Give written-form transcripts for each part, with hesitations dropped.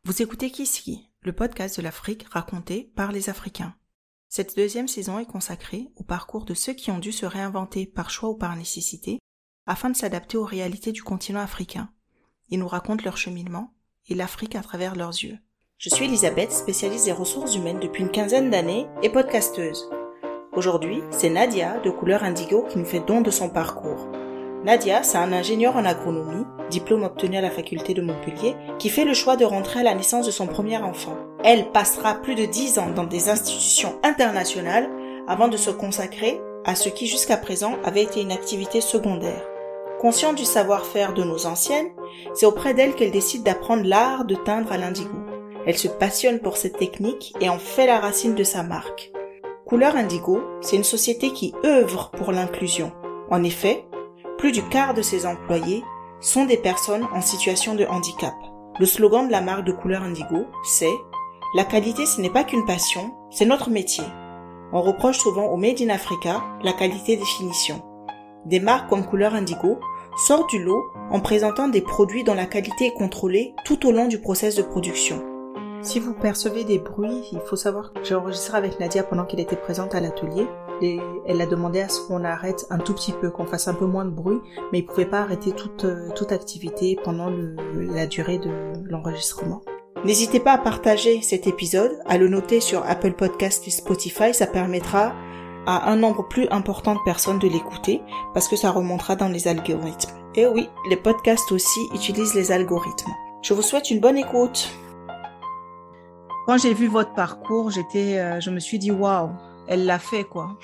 Vous écoutez Kiski, le podcast de l'Afrique raconté par les Africains. Cette deuxième saison est consacrée au parcours de ceux qui ont dû se réinventer par choix ou par nécessité afin de s'adapter aux réalités du continent africain. Ils nous racontent leur cheminement et l'Afrique à travers leurs yeux. Je suis Elisabeth, spécialiste des ressources humaines depuis une quinzaine d'années et podcasteuse. Aujourd'hui, c'est Nadia de couleur indigo qui nous fait don de son parcours. Nadia, c'est un ingénieur en agronomie, diplôme obtenu à la faculté de Montpellier, qui fait le choix de rentrer à la naissance de son premier enfant. Elle passera plus de 10 ans dans des institutions internationales avant de se consacrer à ce qui jusqu'à présent avait été une activité secondaire. Consciente du savoir-faire de nos anciennes, c'est auprès d'elle qu'elle décide d'apprendre l'art de teindre à l'indigo. Elle se passionne pour cette technique et en fait la racine de sa marque. Couleur Indigo, c'est une société qui œuvre pour l'inclusion. En effet, plus du quart de ses employés sont des personnes en situation de handicap. Le slogan de la marque de Couleur Indigo, c'est « La qualité, ce n'est pas qu'une passion, c'est notre métier ». On reproche souvent au Made in Africa la qualité des finitions. Des marques comme Couleur Indigo sortent du lot en présentant des produits dont la qualité est contrôlée tout au long du process de production. Si vous percevez des bruits, il faut savoir que j'ai enregistré avec Nadia pendant qu'elle était présente à l'atelier. Et elle a demandé à ce qu'on arrête un tout petit peu, qu'on fasse un peu moins de bruit, mais il pouvait pas arrêter toute activité pendant la durée de l'enregistrement. N'hésitez pas à partager cet épisode, à le noter sur Apple Podcast et Spotify, ça permettra à un nombre plus important de personnes de l'écouter, parce que ça remontera dans les algorithmes. Et oui, les podcasts aussi utilisent les algorithmes. Je vous souhaite une bonne écoute. Quand j'ai vu votre parcours, je me suis dit waouh, elle l'a fait quoi.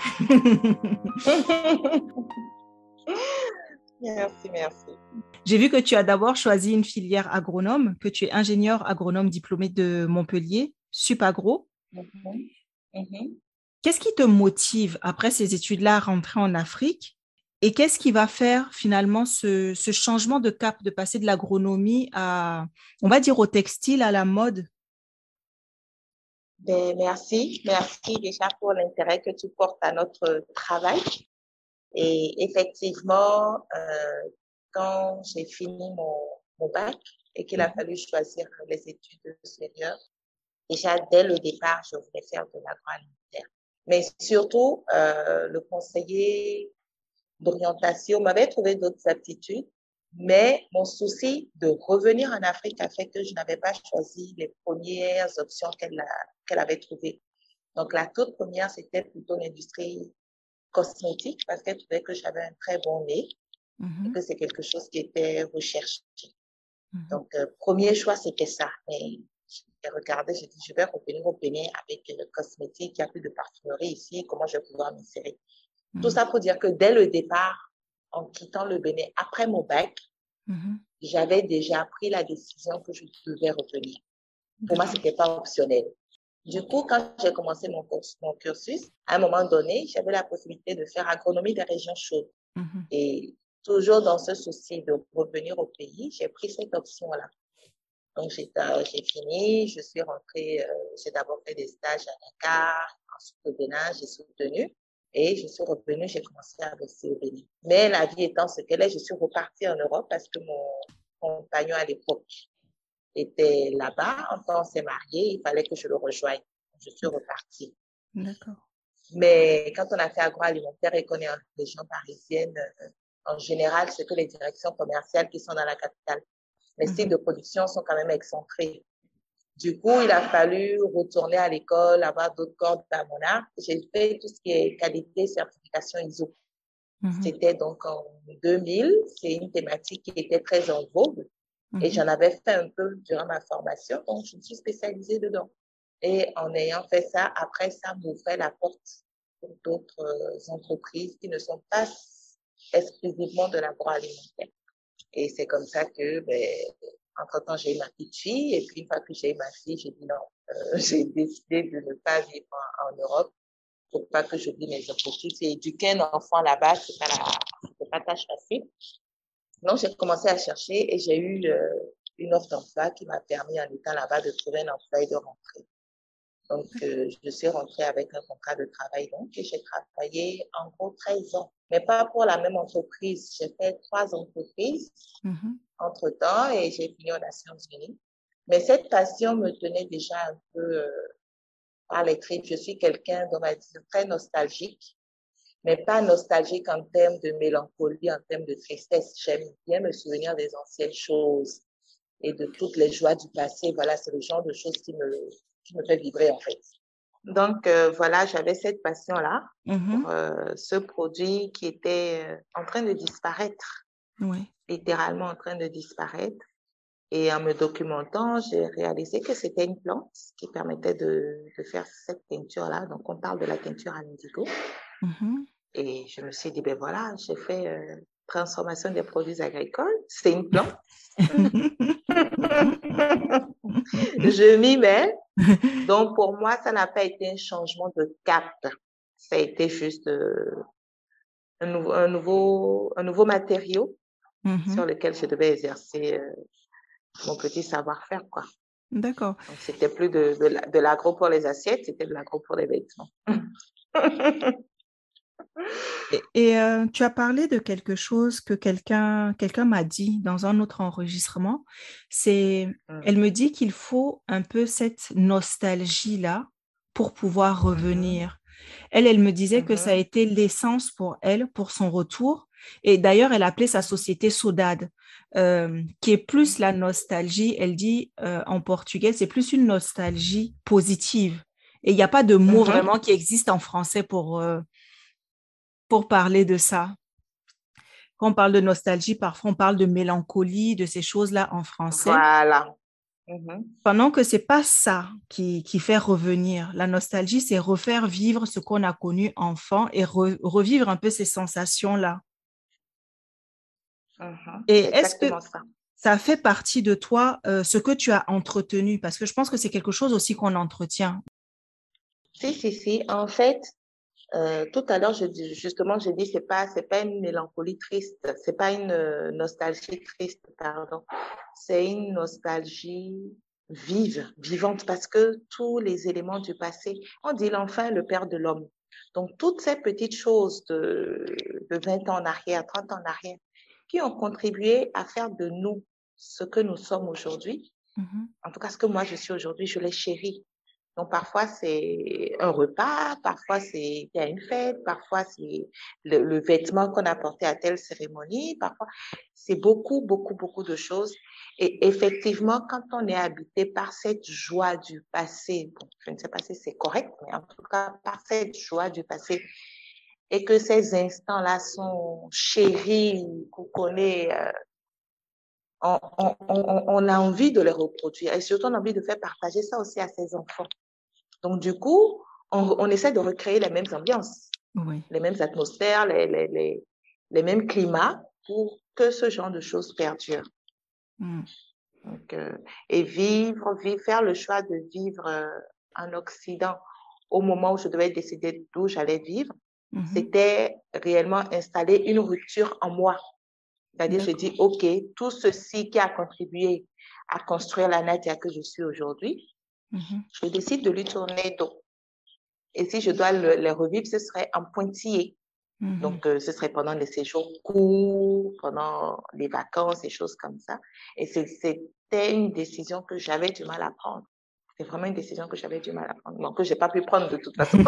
Merci. J'ai vu que tu as d'abord choisi une filière agronome, que tu es ingénieur agronome diplômé de Montpellier, Supagro. Qu'est-ce qui te motive après ces études-là à rentrer en Afrique et qu'est-ce qui va faire finalement ce changement de cap, de passer de l'agronomie à, on va dire, au textile, à la mode? Merci déjà pour l'intérêt que tu portes à notre travail. Et effectivement, quand j'ai fini mon bac et qu'il a fallu choisir les études supérieures, déjà dès le départ, je voulais faire de l'agroalimentaire. Mais surtout, le conseiller d'orientation m'avait trouvé d'autres aptitudes, mais mon souci de revenir en Afrique a fait que je n'avais pas choisi les premières options qu'elle avait trouvées. Donc, la toute première, c'était plutôt l'industrie cosmétique parce qu'elle trouvait que j'avais un très bon nez et que c'est quelque chose qui était recherché. Donc, premier choix, c'était ça. Mais j'ai regardé, j'ai dit, je vais revenir au Bénin avec le cosmétique, il n'y a plus de parfumerie ici, comment je vais pouvoir m'insérer? Tout ça pour dire que dès le départ, en quittant le Bénin, après mon bac, j'avais déjà pris la décision que je devais revenir. Pour moi, c'était pas optionnel. Du coup, quand j'ai commencé mon cursus, à un moment donné, j'avais la possibilité de faire agronomie des régions chaudes. Et toujours dans ce souci de revenir au pays, j'ai pris cette option-là. Donc, j'ai fini, je suis rentrée, j'ai d'abord fait des stages à Dakar, ensuite au Bénin, j'ai soutenu. Et je suis revenue, j'ai commencé à bosser au Bénin. Mais la vie étant ce qu'elle est, je suis repartie en Europe parce que mon compagnon à l'époque était là-bas. Enfin, on s'est mariés, il fallait que je le rejoigne. Je suis repartie. D'accord. Mais quand on a fait agroalimentaire et qu'on est en région parisienne, en général, c'est que les directions commerciales qui sont dans la capitale. Les sites de production sont quand même excentrés. Du coup, il a fallu retourner à l'école, avoir d'autres cordes à mon arc. J'ai fait tout ce qui est qualité, certification ISO. C'était donc en 2000. C'est une thématique qui était très en vogue. Et j'en avais fait un peu durant ma formation. Donc, je me suis spécialisée dedans. Et en ayant fait ça, après, ça m'ouvrait la porte pour d'autres entreprises qui ne sont pas exclusivement de l'agroalimentaire. Et c'est comme ça que, entre-temps, j'ai eu ma petite fille. Et puis, une fois que j'ai eu ma fille, j'ai dit non. J'ai décidé de ne pas vivre en Europe pour pas que j'oublie mes objectifs. Et éduquer un enfant là-bas, c'est pas tâche facile. Donc, j'ai commencé à chercher et j'ai eu une offre d'emploi qui m'a permis, en étant là-bas, de trouver un emploi et de rentrer. Donc, je suis rentrée avec un contrat de travail donc, et j'ai travaillé en gros 13 ans. Mais pas pour la même entreprise. J'ai fait 3 entreprises entre-temps et j'ai fini aux Nations Unies. Mais cette passion me tenait déjà un peu par les tripes. Je suis quelqu'un, on va dire, très nostalgique, mais pas nostalgique en termes de mélancolie, en termes de tristesse. J'aime bien me souvenir des anciennes choses et de toutes les joies du passé. Voilà, c'est le genre de choses qui me fait vibrer, en fait. Donc, voilà, j'avais cette passion-là pour Mhm. ce produit qui était en train de disparaître, Oui. littéralement en train de disparaître. Et en me documentant, j'ai réalisé que c'était une plante qui permettait de faire cette teinture-là. Donc, on parle de la teinture à l'indigo. Mhm. Et je me suis dit, ben voilà, j'ai fait transformation des produits agricoles. C'est une plante. Je m'y mets. Donc, pour moi, ça n'a pas été un changement de cap. Ça a été juste un nouveau matériau sur Mhm. lequel je devais exercer mon petit savoir-faire, quoi. D'accord. Donc, c'était plus de l'agro pour les assiettes, c'était de l'agro pour les vêtements. Tu as parlé de quelque chose que quelqu'un m'a dit dans un autre enregistrement. Elle me dit qu'il faut un peu cette nostalgie-là pour pouvoir Mhm, revenir. Elle me disait que ça a mhm, été l'essence pour elle, pour son retour. Et d'ailleurs, elle appelait sa société Saudade, qui est plus la nostalgie. Elle dit en portugais, c'est plus une nostalgie positive. Et il n'y a pas de mot mhm. vraiment qui existe en français pour parler de ça. Quand on parle de nostalgie, parfois on parle de mélancolie, de ces choses-là en français, Voilà. Mhm. pendant que c'est pas ça qui fait revenir. La nostalgie, c'est refaire vivre ce qu'on a connu enfant et revivre un peu ces sensations-là. Mhm. Et C'est est-ce que exactement ça. ça fait partie de toi, ce que tu as entretenu? Parce que je pense que c'est quelque chose aussi qu'on entretient. Si, si, si. En fait, tout à l'heure, justement, j'ai dit, c'est pas une mélancolie triste, c'est pas une nostalgie triste, pardon. C'est une nostalgie vive, vivante, parce que tous les éléments du passé, on dit l'enfant est le père de l'homme. Donc, toutes ces petites choses de 20 ans en arrière, 30 ans en arrière, qui ont contribué à faire de nous ce que nous sommes aujourd'hui, Mhm. en tout cas, ce que moi je suis aujourd'hui, je les chéris. Donc, parfois, c'est un repas, parfois, c'est à une fête, parfois, c'est le vêtement qu'on a porté à telle cérémonie, parfois, c'est beaucoup, beaucoup, beaucoup de choses. Et effectivement, quand on est habité par cette joie du passé, bon, je ne sais pas si c'est correct, mais en tout cas, par cette joie du passé, et que ces instants-là sont chéris, qu'on connaît, on a envie de les reproduire et surtout on a envie de faire partager ça aussi à ses enfants. Donc, du coup, on essaie de recréer les mêmes ambiances, Oui. les mêmes atmosphères, les mêmes climats pour que ce genre de choses perdurent. Mm. Donc, et faire le choix de vivre en Occident au moment où je devais décider d'où j'allais vivre, Mhm. c'était réellement installer une rupture en moi. C'est-à-dire, je D'accord. dis, OK, tout ceci qui a contribué à construire la Nadia que je suis aujourd'hui, Mhm. je décide de lui tourner dos. Et si je dois les revivre, ce serait en pointillé. Mhm. Donc, ce serait pendant des séjours courts, pendant les vacances, des choses comme ça. Et c'était une décision que j'avais du mal à prendre. C'est vraiment une décision que j'avais du mal à prendre, bon, que j'ai pas pu prendre de toute façon.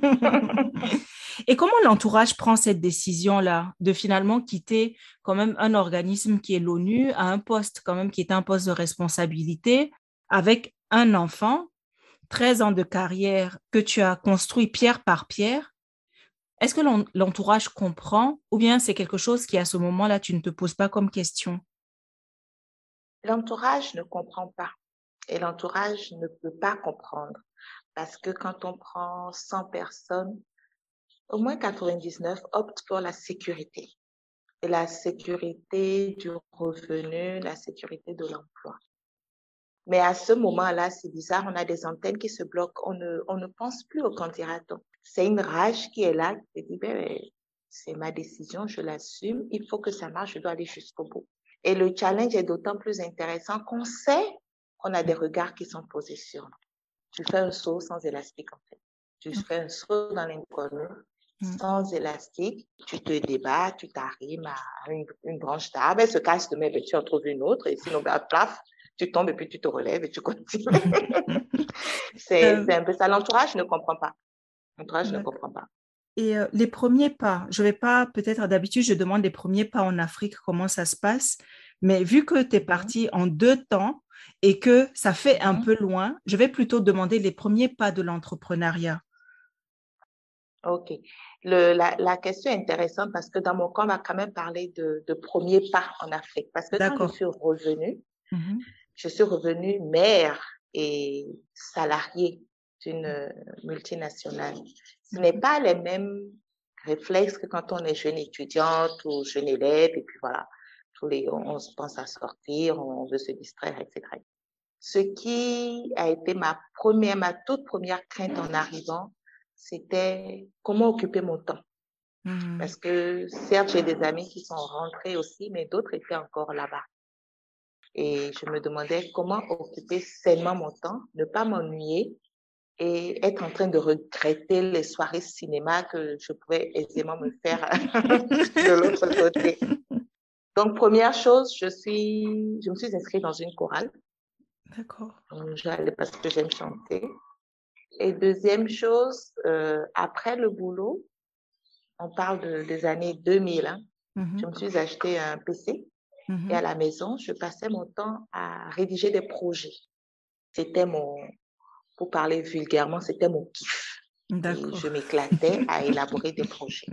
Et comment l'entourage prend cette décision-là de finalement quitter quand même un organisme qui est l'ONU à un poste quand même qui est un poste de responsabilité avec un enfant, 13 ans de carrière que tu as construit pierre par pierre? Est-ce que l'entourage comprend ou bien c'est quelque chose qui à ce moment-là tu ne te poses pas comme question? L'entourage ne comprend pas et l'entourage ne peut pas comprendre parce que quand on prend 100 personnes, au moins 99 optent pour la sécurité. Et la sécurité du revenu, la sécurité de l'emploi. Mais à ce moment-là, c'est bizarre, on a des antennes qui se bloquent, on ne pense plus au candidaton. C'est une rage qui est là, qui se dit, ben, c'est ma décision, je l'assume, il faut que ça marche, je dois aller jusqu'au bout. Et le challenge est d'autant plus intéressant qu'on sait qu'on a des regards qui sont posés sur nous. Tu fais un saut sans élastique, en fait. Tu fais un saut dans l'inconnu, Mm. sans élastique, tu te débats, tu t'arrimes à une branche d'arbre, elle se casse de mes tu en trouves une autre, et sinon, ben, plaf, Tu tombes et puis tu te relèves et tu continues. Euh, C'est un peu ça. L'entourage ne comprend pas. L'entourage ne d'accord. comprend pas. Et les premiers pas, je vais pas, peut-être d'habitude, je demande les premiers pas en Afrique, comment ça se passe. Mais vu que tu es Mhm, parti en 2 temps et que ça fait un mhm. peu loin, je vais plutôt demander les premiers pas de l'entrepreneuriat. OK. La question est intéressante parce que dans mon cas, on va quand même parler de premiers pas en Afrique. Parce que quand D'accord. Mhm, je suis revenue mère et salariée d'une multinationale. Ce n'est mhm, pas les mêmes réflexes que quand on est jeune étudiante ou jeune élève et puis voilà, on se pense à sortir, on veut se distraire, etc. Ce qui a été ma toute première crainte en arrivant, c'était comment occuper mon temps. mhm, Parce que certes, j'ai des amis qui sont rentrés aussi, mais d'autres étaient encore là-bas. Et je me demandais comment occuper sainement mon temps, ne pas m'ennuyer et être en train de regretter les soirées cinéma que je pouvais aisément me faire de l'autre côté. Donc, première chose, je me suis inscrite dans une chorale. D'accord. J'allais parce que j'aime chanter. Et deuxième chose, après le boulot, on parle des années 2000, hein, je Mhm, me suis acheté un PC et à mhm. la maison, je passais mon temps à rédiger des projets. C'était pour parler vulgairement, c'était mon kiff. Et D'accord. je m'éclatais à élaborer des projets.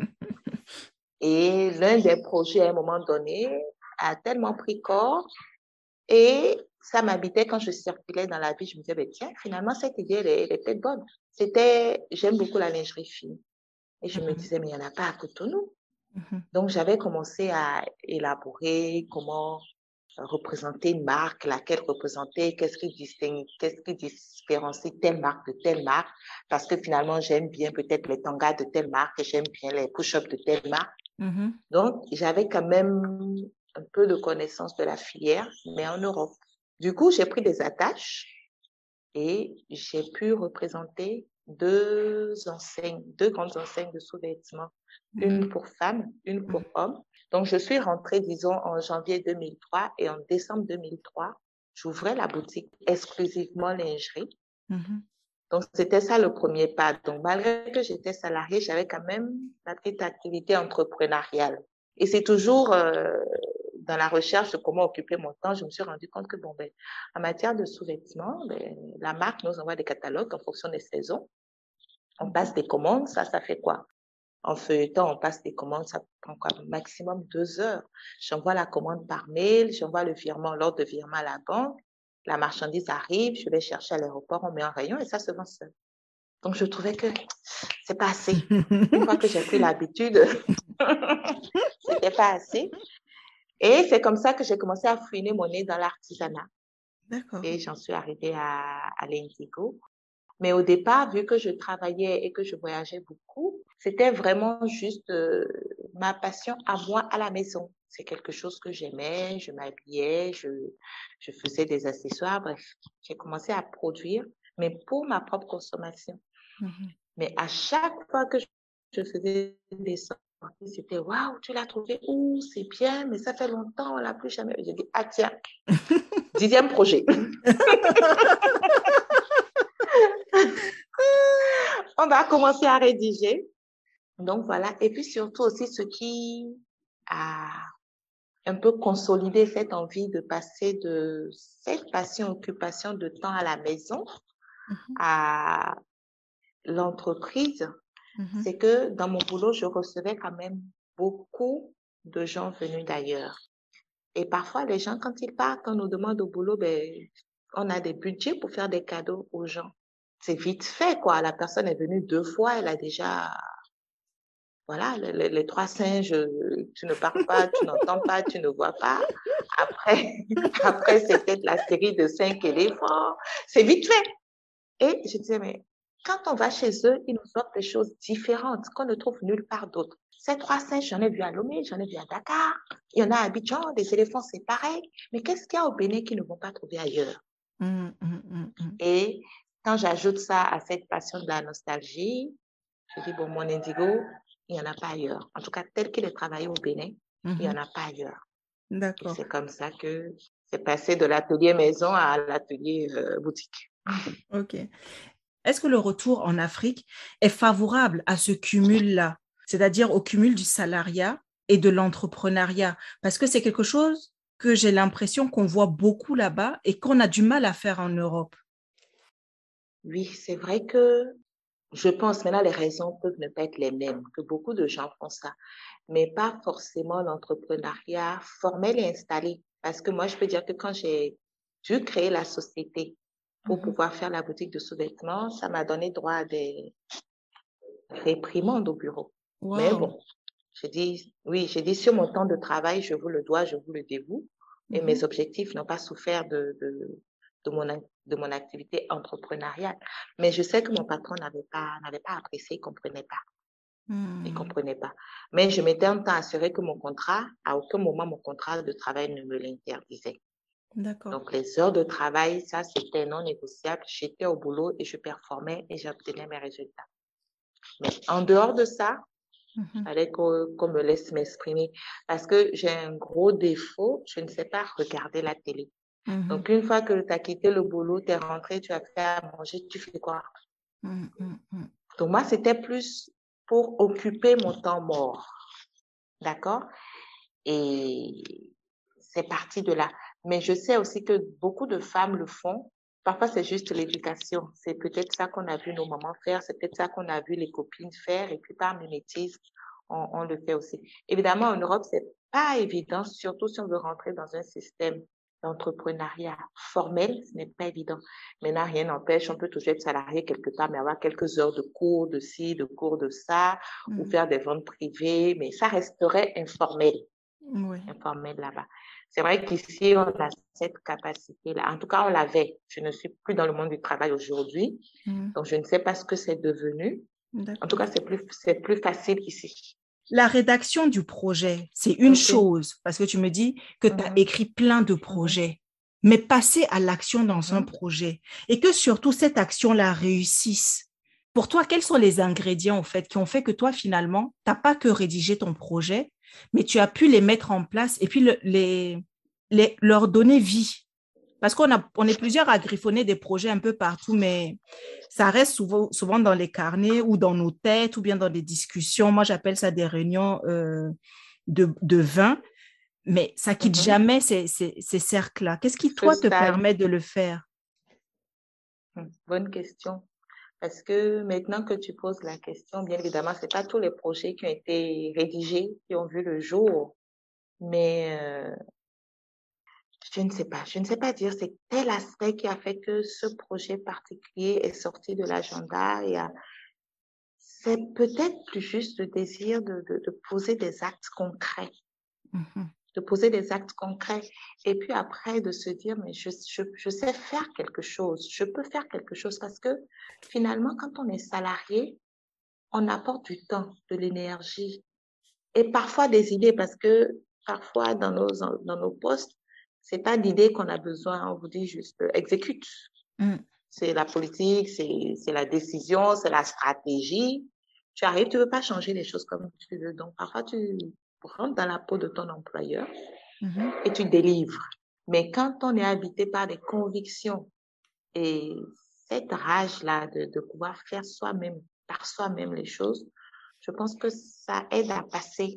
Et l'un des projets, à un moment donné, a tellement pris corps et ça m'habitait quand je circulais dans la vie. Je me disais, ben, tiens, finalement, cette idée, elle est peut-être bonne. J'aime beaucoup la lingerie fine. Et je me Mhm, disais, mais il n'y en a pas à Cotonou. mhm, Donc, j'avais commencé à élaborer comment représenter une marque, laquelle représenter, qu'est-ce qui différencie telle marque de telle marque, parce que finalement, j'aime bien peut-être les tangas de telle marque, j'aime bien les push-ups de telle marque. mhm. Donc, j'avais quand même un peu de connaissance de la filière, mais en Europe. Du coup, j'ai pris des attaches et j'ai pu représenter deux grandes enseignes de sous-vêtements, une Mhm, pour femmes, une mhm, pour hommes. Donc, je suis rentrée, disons, en janvier 2003 et en décembre 2003, j'ouvrais la boutique exclusivement lingerie. mhm. Donc, c'était ça le premier pas. Donc, malgré que j'étais salariée, j'avais quand même ma petite activité entrepreneuriale. Et c'est toujours dans la recherche de comment occuper mon temps, je me suis rendu compte que, bon, ben, en matière de sous-vêtements, ben, la marque nous envoie des catalogues en fonction des saisons. On passe des commandes, ça fait quoi? En feuilletant, on passe des commandes, ça prend quoi? Maximum 2 heures. J'envoie la commande par mail, j'envoie le virement, l'ordre de virement à la banque. La marchandise arrive, je vais chercher à l'aéroport, on met en rayon et ça se vend seul. Donc, je trouvais que c'est pas assez. Une fois que j'ai pris l'habitude, c'était pas assez. Et c'est comme ça que j'ai commencé à fouiner mon nez dans l'artisanat. D'accord. Et j'en suis arrivée à l'Indigo. Mais au départ, vu que je travaillais et que je voyageais beaucoup, c'était vraiment juste ma passion à moi à la maison. C'est quelque chose que j'aimais, je m'habillais, je faisais des accessoires, bref. J'ai commencé à produire, mais pour ma propre consommation. Mhm. Mais à chaque fois que je faisais des sorties, c'était waouh, tu l'as trouvé où? C'est bien, mais ça fait longtemps, on l'a plus jamais. J'ai dit, ah tiens, 10e projet. On va commencer à rédiger. Donc voilà. Et puis surtout aussi ce qui a un peu consolidé cette envie de passer de cette passion, occupation de temps à la maison Mhm, à l'entreprise, mhm. c'est que dans mon boulot, je recevais quand même beaucoup de gens venus d'ailleurs. Et parfois, les gens, quand ils partent, on nous demande au boulot, ben, on a des budgets pour faire des cadeaux aux gens. C'est vite fait, quoi. La personne est venue 2 fois, elle a déjà, voilà, les trois singes, tu ne parles pas, tu n'entends pas, tu ne vois pas. Après, après, c'est peut-être la série de 5 éléphants. C'est vite fait. Et je disais, mais quand on va chez eux, ils nous offrent des choses différentes qu'on ne trouve nulle part d'autre. Ces trois singes, j'en ai vu à Lomé, j'en ai vu à Dakar, il y en a à Abidjan, des éléphants, c'est pareil. Mais qu'est-ce qu'il y a au Bénin qu'ils ne vont pas trouver ailleurs? Mhm, mhm, mhm, Et quand j'ajoute ça à cette passion de la nostalgie, je dis, bon, mon indigo, il n'y en a pas ailleurs. En tout cas, tel qu'il est travaillé au Bénin, il n'y mhm. en a pas ailleurs. Et D'accord. c'est comme ça que C'est passé de l'atelier maison à l'atelier boutique. Ok. Est-ce que le retour en Afrique est favorable à ce cumul-là, c'est-à-dire au cumul du salariat et de l'entrepreneuriat? Parce que c'est quelque chose que j'ai l'impression qu'on voit beaucoup là-bas et qu'on a du mal à faire en Europe. Oui, c'est vrai que je pense maintenant les raisons peuvent ne pas être les mêmes, que beaucoup de gens font ça, mais pas forcément l'entrepreneuriat formel et installé. Parce que moi, je peux dire que quand j'ai dû créer la société pour Mhm. pouvoir faire la boutique de sous-vêtements, ça m'a donné droit à des réprimandes au bureau. Mais Wow. bon, j'ai dit sur mon temps de travail, je vous le dois, je vous le dévoue. Et Mhm. mes objectifs n'ont pas souffert de mon activité entrepreneuriale. Mais je sais que mon patron n'avait pas apprécié, il Hmm. comprenait pas. Mais je m'étais un temps assuré que mon contrat, à aucun moment mon contrat de travail ne me l'interdisait. D'accord. Donc les heures de travail, ça c'était non négociable. J'étais au boulot et je performais et j'obtenais mes résultats. Mais en dehors de ça, il Mhm. fallait qu'on me laisse m'exprimer. Parce que j'ai un gros défaut, je ne sais pas regarder la télé. Mhm. Donc, une fois que tu as quitté le boulot, tu es rentré, tu as fait à manger, tu fais quoi? Mhm. Mhm. Donc, moi, c'était plus pour occuper mon temps mort. D'accord? Et c'est parti de là. Mais je sais aussi que beaucoup de femmes le font. Parfois, c'est juste l'éducation. C'est peut-être ça qu'on a vu nos mamans faire, c'est peut-être ça qu'on a vu les copines faire, et puis par mimétisme, on le fait aussi. Évidemment, en Europe, c'est pas évident, surtout si on veut rentrer dans un système d'entrepreneuriat formel, ce n'est pas évident. Maintenant, rien n'empêche, on peut toujours être salarié quelque part, mais avoir quelques heures de cours de ci, de cours de ça, ou Mhm. faire des ventes privées, mais ça resterait Oui. informel là-bas. C'est vrai qu'ici, on a cette capacité-là. En tout cas, on l'avait. Je ne suis plus dans le monde du travail aujourd'hui, Mhm. donc je ne sais pas ce que c'est devenu. En tout D'accord. cas, c'est plus facile qu'ici. La rédaction du projet, c'est une OK. chose, parce que tu me dis que tu as Mhm, écrit plein de mhm, projets, mais passer à l'action dans un mhm. projet et que surtout cette action-là réussisse. Pour toi, quels sont les ingrédients, au fait, qui ont fait que toi, finalement, tu n'as pas que rédigé ton projet, mais tu as pu les mettre en place et puis leur donner vie? Parce on est plusieurs à griffonner des projets un peu partout, mais ça reste souvent dans les carnets ou dans nos têtes ou bien dans des discussions. Moi, j'appelle ça des réunions de vin, mais ça quitte Mhm. jamais ces cercles-là. Qu'est-ce qui, Ce toi, te stade, permet de le faire? bonne question. Parce que maintenant que tu poses la question, bien évidemment, c'est pas tous les projets qui ont été rédigés, qui ont vu le jour, mais je ne sais pas. Je ne sais pas dire c'est tel aspect qui a fait que ce projet particulier est sorti de l'agenda c'est peut-être plus juste le désir de poser des actes concrets, Mhm. de poser des actes concrets. Et puis après, de se dire, mais je sais faire quelque chose, je peux faire quelque chose parce que finalement, quand on est salarié, on apporte du temps, de l'énergie et parfois des idées parce que parfois dans nos postes, c'est pas d'idées qu'on a besoin, on vous dit juste exécute. Mm. C'est la politique, c'est la décision, c'est la stratégie. Tu arrives, tu veux pas changer les choses comme tu veux. Donc, parfois, tu rentres dans la peau de ton employeur Mhm. et tu délivres. Mais quand on est habité par des convictions et cette rage-là de pouvoir faire soi-même, par soi-même les choses, je pense que ça aide à passer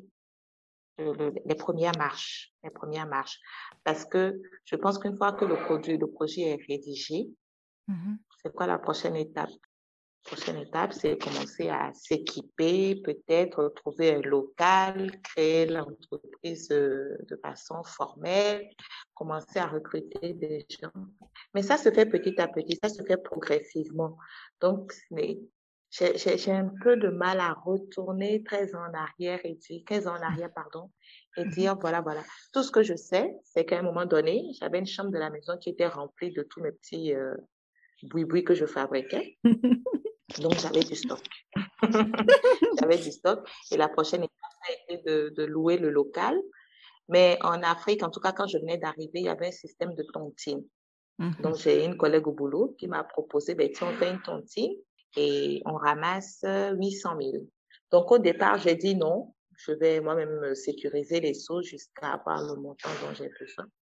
les premières marches, les premières marches. Parce que je pense qu'une fois que le projet est rédigé, Mhm. c'est quoi la prochaine étape? Prochaine étape, c'est commencer à s'équiper, peut-être trouver un local, créer l'entreprise de façon formelle, commencer à recruter des gens. Mais ça se fait petit à petit, ça se fait progressivement. Donc, j'ai un peu de mal à retourner 13 ans en arrière et dire, 15 ans en arrière, pardon, et Mhm. dire, voilà, voilà. Tout ce que je sais, c'est qu'à un moment donné, j'avais une chambre de la maison qui était remplie de tous mes petits boui-boui que je fabriquais. Donc, j'avais du stock. J'avais du stock. Et la prochaine étape, ça a été de louer le local. Mais en Afrique, en tout cas, quand je venais d'arriver, il y avait un système de tontine. Mhm. Donc, j'ai une collègue au boulot qui m'a proposé, ben, tiens, on fait une tontine et on ramasse 800 000. Donc, au départ, j'ai dit non. Je vais moi-même sécuriser les sous jusqu'à avoir le montant dont j'ai besoin.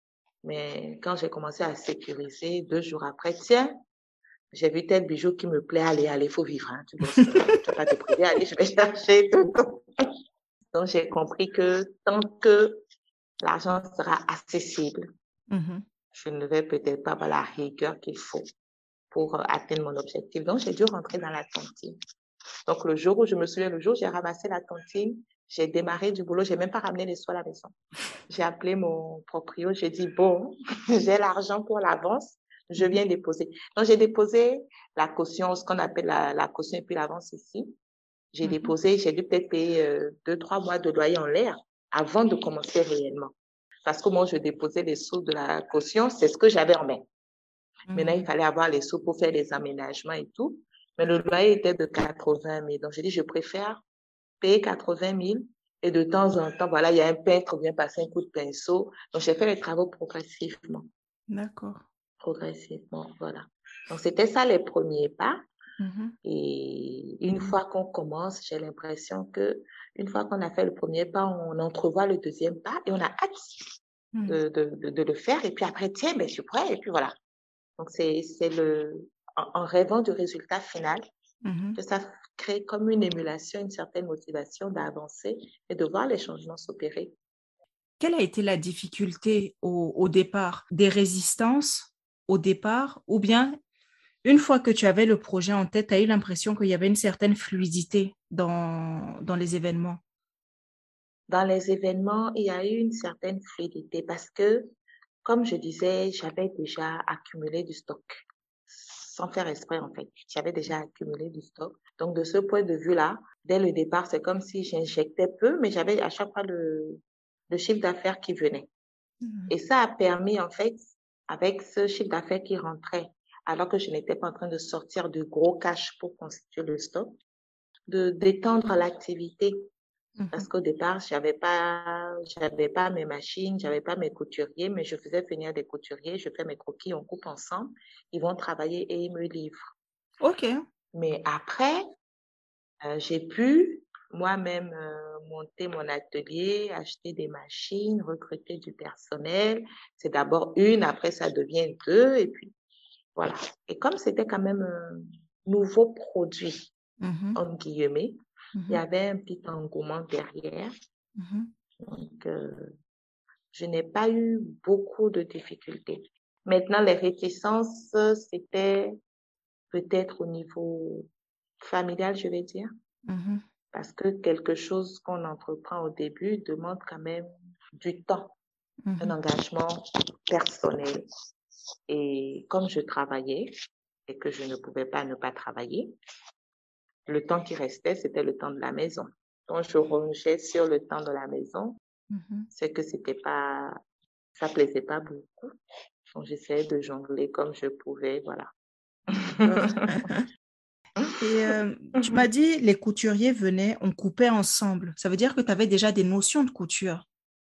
Mais quand j'ai commencé à sécuriser, 2 jours après, tiens, j'ai vu tel bijou qui me plaît, allez, faut vivre, hein, tu bosses, tu vas pas te priver, allez, je vais chercher tout. Donc, j'ai compris que tant que l'argent sera accessible, Mhm. je ne vais peut-être pas avoir la rigueur qu'il faut pour atteindre mon objectif. Donc, j'ai dû rentrer dans la tontine. Donc, le jour où je me souviens, le jour où j'ai ramassé la tontine, j'ai démarré du boulot, j'ai même pas ramené les sous à la maison. J'ai appelé mon proprio, j'ai dit, bon, j'ai l'argent pour l'avance, je viens déposer. Donc, j'ai déposé la caution, ce qu'on appelle la caution et puis l'avance ici. J'ai déposé, j'ai dû peut-être payer 2, 3 mois de loyer en l'air avant de commencer réellement. Parce que moi, je déposais les sous de la caution, c'est ce que j'avais en main. Maintenant, il fallait avoir les sous pour faire les aménagements et tout. Mais le loyer était de 80 000. Donc, j'ai dit, je préfère payer 80 000 et de temps en temps, voilà, il y a un peintre qui vient passer un coup de pinceau. Donc, j'ai fait les travaux progressivement. D'accord. Progressivement, voilà. Donc, c'était ça les premiers pas. Mhm. Et une fois qu'on commence, j'ai l'impression que une fois qu'on a fait le premier pas, on entrevoit le deuxième pas et on a hâte de le faire. Et puis après, tiens, ben, je suis prêt. Et puis voilà. Donc, c'est en rêvant du résultat final Mhm. que ça crée comme une émulation, une certaine motivation d'avancer et de voir les changements s'opérer. Quelle a été la difficulté au départ? Des résistances au départ ou bien une fois que tu avais le projet en tête, tu as eu l'impression qu'il y avait une certaine fluidité dans les événements? Dans les événements, il y a eu une certaine fluidité parce que, comme je disais, j'avais déjà accumulé du stock. Sans faire exprès, en fait. J'avais déjà accumulé du stock. Donc, de ce point de vue-là, dès le départ, c'est comme si j'injectais peu, mais j'avais à chaque fois le chiffre d'affaires qui venait. Mhm. Et ça a permis, en fait, avec ce chiffre d'affaires qui rentrait, alors que je n'étais pas en train de sortir de gros cash pour constituer le stock, de d'étendre l'activité. Parce Mhm. qu'au départ, j'avais pas mes machines, j'avais pas mes couturiers, mais je faisais venir des couturiers, je fais mes croquis, on coupe ensemble, ils vont travailler et ils me livrent. Ok. Mais après, j'ai pu moi-même monter mon atelier, acheter des machines, recruter du personnel. C'est d'abord une, après ça devient deux, et puis voilà. Et comme c'était quand même un nouveau produit, Mhm. entre guillemets, il y Mhm. avait un petit engouement derrière. Mhm. Donc, je n'ai pas eu beaucoup de difficultés. Maintenant, les réticences, c'était peut-être au niveau familial, je vais dire, Mhm. parce que quelque chose qu'on entreprend au début demande quand même du temps, un Mhm. engagement personnel. Et comme je travaillais et que je ne pouvais pas ne pas travailler, le temps qui restait, c'était le temps de la maison. Donc, je rongeais sur le temps de la maison, Mhm. c'est que ça plaisait pas beaucoup. Donc, j'essayais de jongler comme je pouvais, voilà. D'accord. Et tu m'as dit les couturiers venaient, on coupait ensemble. Ça veut dire que tu avais déjà des notions de couture.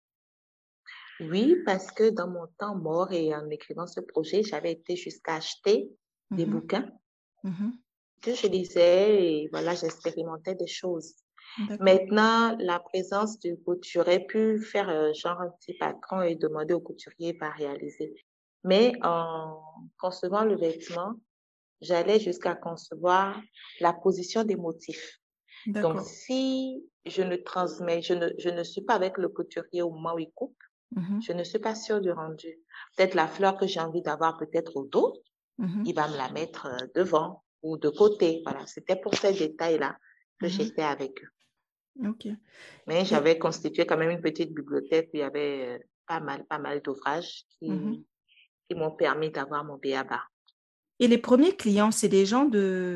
Oui, parce que dans mon temps mort et en écrivant ce projet, j'avais été jusqu'à acheter des Mhm. bouquins Mhm. que je lisais et voilà, j'expérimentais des choses. D'accord. Maintenant, la présence du couturier, j'aurais pu faire genre un petit patron et demander au couturier de réaliser. Mais en concevant le vêtement, j'allais jusqu'à concevoir la position des motifs. Donc, D'accord. si je ne transmets, je ne suis pas avec le couturier au moment où il coupe, Mhm. je ne suis pas sûre du rendu. Peut-être la fleur que j'ai envie d'avoir peut-être au dos, Mhm. il va me la mettre devant ou de côté. Voilà, c'était pour ces détails-là que Mhm. j'étais avec eux. Ok. Mais Et, j'avais constitué quand même une petite bibliothèque où il y avait pas mal d'ouvrages mhm. qui m'ont permis d'avoir mon B.A.B.A. Et les premiers clients, c'est des gens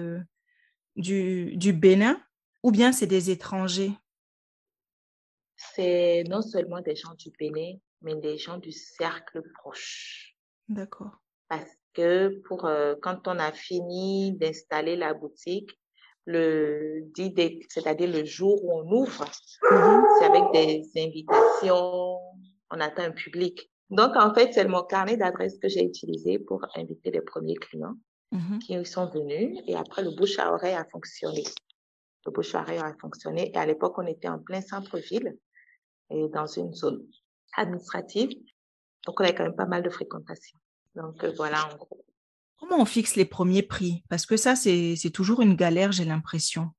du Bénin ou bien c'est des étrangers? C'est non seulement des gens du Bénin, mais des gens du cercle proche. D'accord. Parce que quand on a fini d'installer la boutique, le D-Day, c'est-à-dire le jour où on ouvre, Mhm. c'est avec des invitations, on attend un public. Donc, en fait, c'est mon carnet d'adresses que j'ai utilisé pour inviter les premiers clients Mhm. qui sont venus. Et après, le bouche à oreille a fonctionné. Le bouche à oreille a fonctionné. Et à l'époque, on était en plein centre-ville et dans une zone administrative. Donc, on a quand même pas mal de fréquentation. Donc, voilà, en gros. Comment on fixe les premiers prix? Parce que ça, c'est toujours une galère, j'ai l'impression.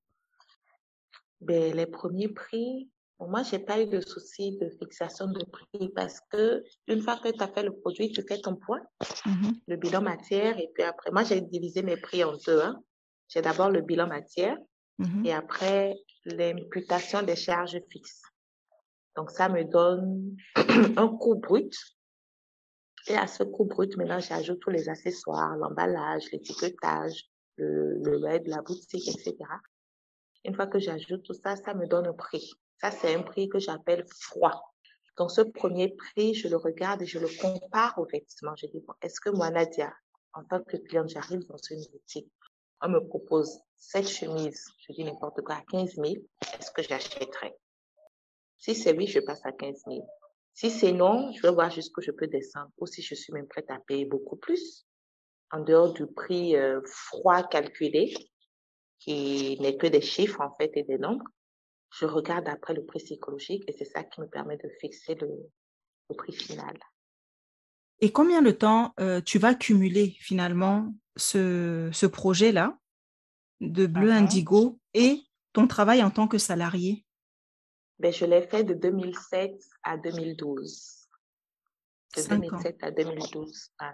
Ben, les premiers prix, pour moi, j'ai pas eu de souci de fixation de prix parce que une fois que tu as fait le produit, tu fais ton point, Mhm, le bilan matière, et puis après, moi, j'ai divisé mes prix en deux, hein. J'ai d'abord le bilan matière mhm. et après l'imputation des charges fixes. Donc, ça me donne un coût brut. Et à ce coût brut, maintenant, j'ajoute tous les accessoires, l'emballage, l'étiquetage, le web, la boutique, etc. Une fois que j'ajoute tout ça, ça me donne un prix. Ça, c'est un prix que j'appelle froid. Donc, ce premier prix, je le regarde et je le compare aux vêtements. Je dis, bon, est-ce que moi, Nadia, en tant que cliente, j'arrive dans une boutique, on me propose cette chemise, je dis n'importe quoi, à 15 000, est-ce que j'achèterais? Si c'est oui, je passe à 15 000. Si c'est non, je vais voir jusqu'où je peux descendre ou si je suis même prête à payer beaucoup plus en dehors du prix froid calculé qui n'est que des chiffres en fait et des nombres. Je regarde après le prix psychologique et c'est ça qui me permet de fixer le prix final. Et combien de temps tu vas cumuler finalement ce projet-là de Bleu Mhm. Indigo et ton travail en tant que salarié? Ben, je l'ai fait de 2007 à 2012. De 5 ans. 2007 à 2012, voilà.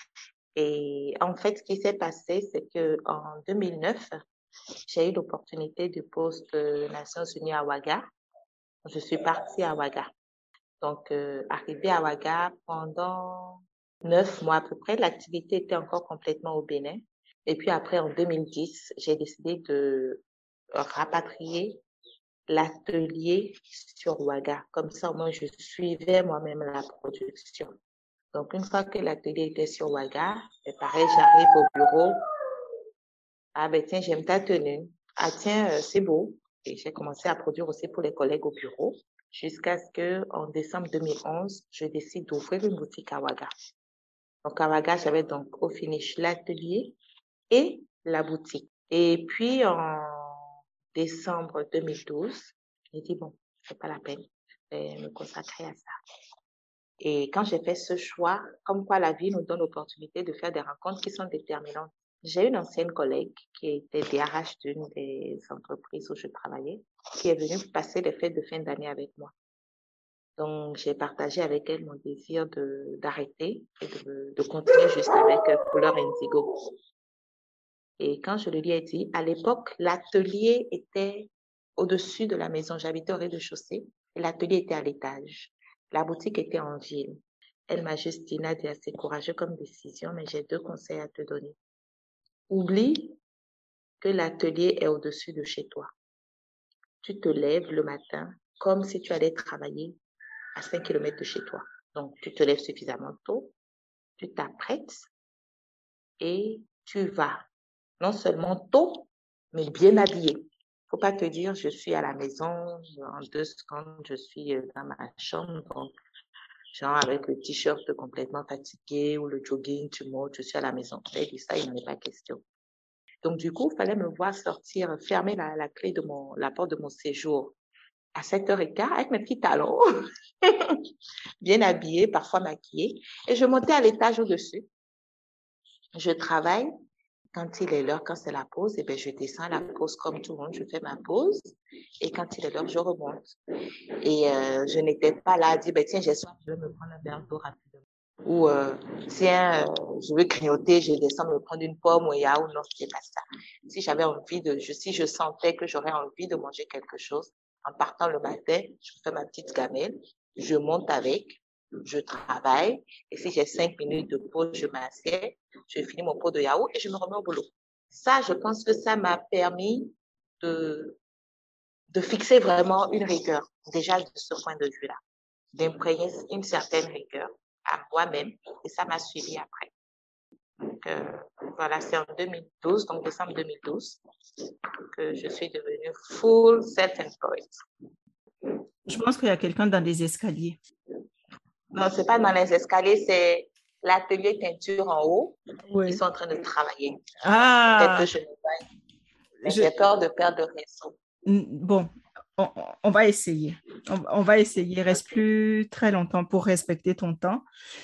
Et en fait, ce qui s'est passé, c'est que en 2009, j'ai eu l'opportunité du poste Nations Unies à Ouaga. Je suis partie à Ouaga. Donc, arrivée à Ouaga pendant 9 mois à peu près, l'activité était encore complètement au Bénin. Et puis après, en 2010, j'ai décidé de rapatrier l'atelier sur Ouaga. Comme ça, au moins, je suivais moi-même la production. Donc, une fois que l'atelier était sur Ouaga, c'est pareil, j'arrive au bureau. Ah ben tiens, j'aime ta tenue. Ah tiens, c'est beau. Et j'ai commencé à produire aussi pour les collègues au bureau jusqu'à ce que en décembre 2011, je décide d'ouvrir une boutique à Ouaga. Donc à Ouaga, j'avais donc au finish l'atelier et la boutique. Et puis en décembre 2012, j'ai dit bon, c'est pas la peine, je vais me consacrer à ça. Et quand j'ai fait ce choix, comme quoi la vie nous donne l'opportunité de faire des rencontres qui sont déterminantes. J'ai une ancienne collègue qui était DRH d'une des entreprises où je travaillais, qui est venue passer les fêtes de fin d'année avec moi. Donc, j'ai partagé avec elle mon désir d'arrêter et de continuer juste avec Couleur Indigo. Et quand je lui ai dit, à l'époque, l'atelier était au-dessus de la maison. J'habitais au rez-de-chaussée et l'atelier était à l'étage. La boutique était en ville. Elle m'a juste dit, Nadia, c'est courageux comme décision, mais j'ai 2 conseils à te donner. Oublie que l'atelier est au-dessus de chez toi. Tu te lèves le matin comme si tu allais travailler à 5 km de chez toi. Donc, tu te lèves suffisamment tôt, tu t'apprêtes et tu vas non seulement tôt, mais bien habillé. Faut pas te dire, je suis à la maison, en 2 secondes, je suis dans ma chambre, donc, genre avec le t-shirt complètement fatigué ou le jogging, tu montes, je suis à la maison. Elle dit ça, il n'en est pas question. Donc, du coup, il fallait me voir sortir, fermer la clé de la porte de mon séjour à 7h15 avec mes petits talons, bien habillée, parfois maquillée. Et je montais à l'étage au-dessus. Je travaille. Quand il est l'heure, quand c'est la pause, et bien, je descends à la pause comme tout le monde, je fais ma pause. Et quand il est l'heure, je remonte. Et je n'étais pas là à dire, ben, tiens, j'ai soif, je vais me prendre un verre d'eau rapidement. Ou, tiens, je veux grignoter, je descends me prendre une pomme ou un yaourt. Non, c'était pas ça. Si j'avais envie si je sentais que j'aurais envie de manger quelque chose, en partant le matin, je fais ma petite gamelle, je monte avec, je travaille, et si j'ai 5 minutes de pause, je m'assieds, je finis mon pot de yaourt et je me remets au boulot. Ça, je pense que ça m'a permis de, de fixer vraiment une rigueur, déjà de ce point de vue-là, d'imprégner une certaine rigueur à moi-même, et ça m'a suivi après. Donc, voilà, c'est en 2012, donc décembre 2012, que je suis devenue full self-employed. Je pense qu'il y a quelqu'un dans les escaliers. Non, c'est pas dans les escaliers, c'est l'atelier teinture en haut. Ils Oui. sont en train de travailler. Peut-être que Ah, je ne vais pas, mais je, j'ai peur de perdre le réseau. bon, on, on va essayer. On va essayer. Il reste Ok. plus très longtemps pour respecter ton temps.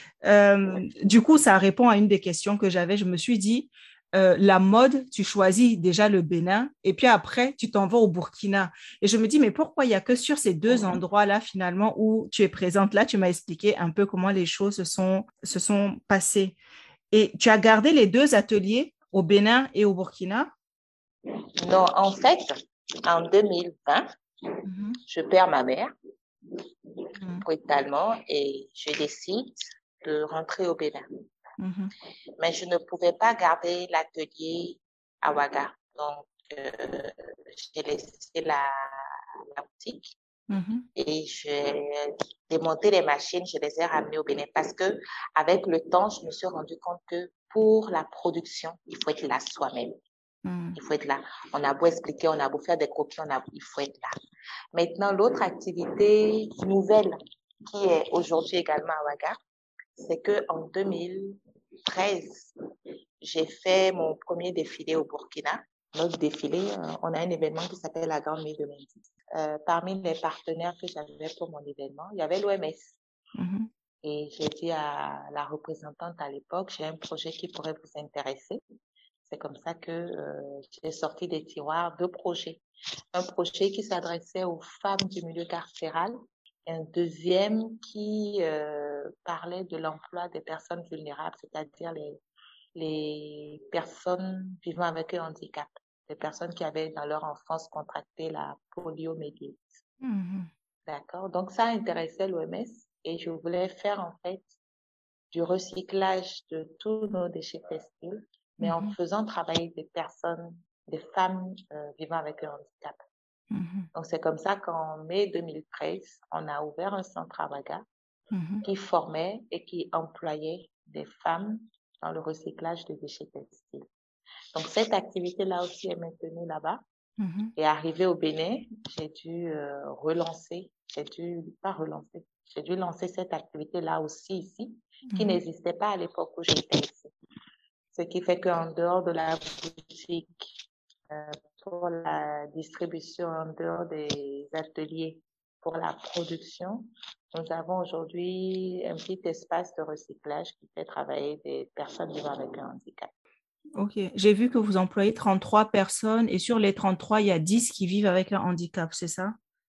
Du coup, ça répond à une des questions que j'avais. Je me suis dit, la mode, tu choisis déjà le Bénin et puis après, tu t'en vas au Burkina. Et je me dis, mais pourquoi il n'y a que sur ces deux Mhm. endroits-là, finalement, où tu es présente? Là, tu m'as expliqué un peu comment les choses se sont passées. Et tu as gardé les deux ateliers au Bénin et au Burkina? Non, en fait, en 2020, Mhm, je perds ma mère mhm, brutalement et je décide de rentrer au Bénin. mhm, Mais je ne pouvais pas garder l'atelier à Ouaga. Donc, j'ai laissé la boutique mhm, et j'ai démonté les machines, je les ai ramenées au Bénin parce que avec le temps, je me suis rendu compte que pour la production, il faut être là soi-même. mhm, Il faut être là. On a beau expliquer, on a beau faire des copies, il faut être là. Maintenant, l'autre activité nouvelle qui est aujourd'hui également à Ouaga, c'est que en 2013, j'ai fait mon premier défilé au Burkina. Notre défilé, on a un événement qui s'appelle la Grande Nuit de Mendy. Parmi les partenaires que j'avais pour mon événement, il y avait l'OMS. mhm, Et j'ai dit à la représentante à l'époque, j'ai un projet qui pourrait vous intéresser. C'est comme ça que j'ai sorti des tiroirs deux projets. Un projet qui s'adressait aux femmes du milieu carcéral et un deuxième qui parlait de l'emploi des personnes vulnérables, c'est-à-dire les personnes vivant avec un handicap, les personnes qui avaient dans leur enfance contracté la poliomyélite. mhm, D'accord? Donc ça intéressait l'OMS et je voulais faire en fait du recyclage de tous nos déchets textiles, mais en mhm, faisant travailler des personnes, des femmes vivant avec un handicap. mhm, Donc c'est comme ça qu'en mai 2013, on a ouvert un centre à Ouaga mhm. qui formait et qui employait des femmes dans le recyclage des déchets textiles. Donc cette activité-là aussi est maintenue là-bas. Mhm, Et arrivé au Bénin, j'ai dû pas relancer, j'ai dû lancer cette activité-là aussi ici, qui mhm. n'existait pas à l'époque où j'étais ici. Ce qui fait qu'en dehors de la boutique, pour la distribution, en dehors des ateliers pour la production, nous avons aujourd'hui un petit espace de recyclage qui fait travailler des personnes vivant avec un handicap. Ok, j'ai vu que vous employez 33 personnes et sur les 33, il y a 10 qui vivent avec un handicap, c'est ça?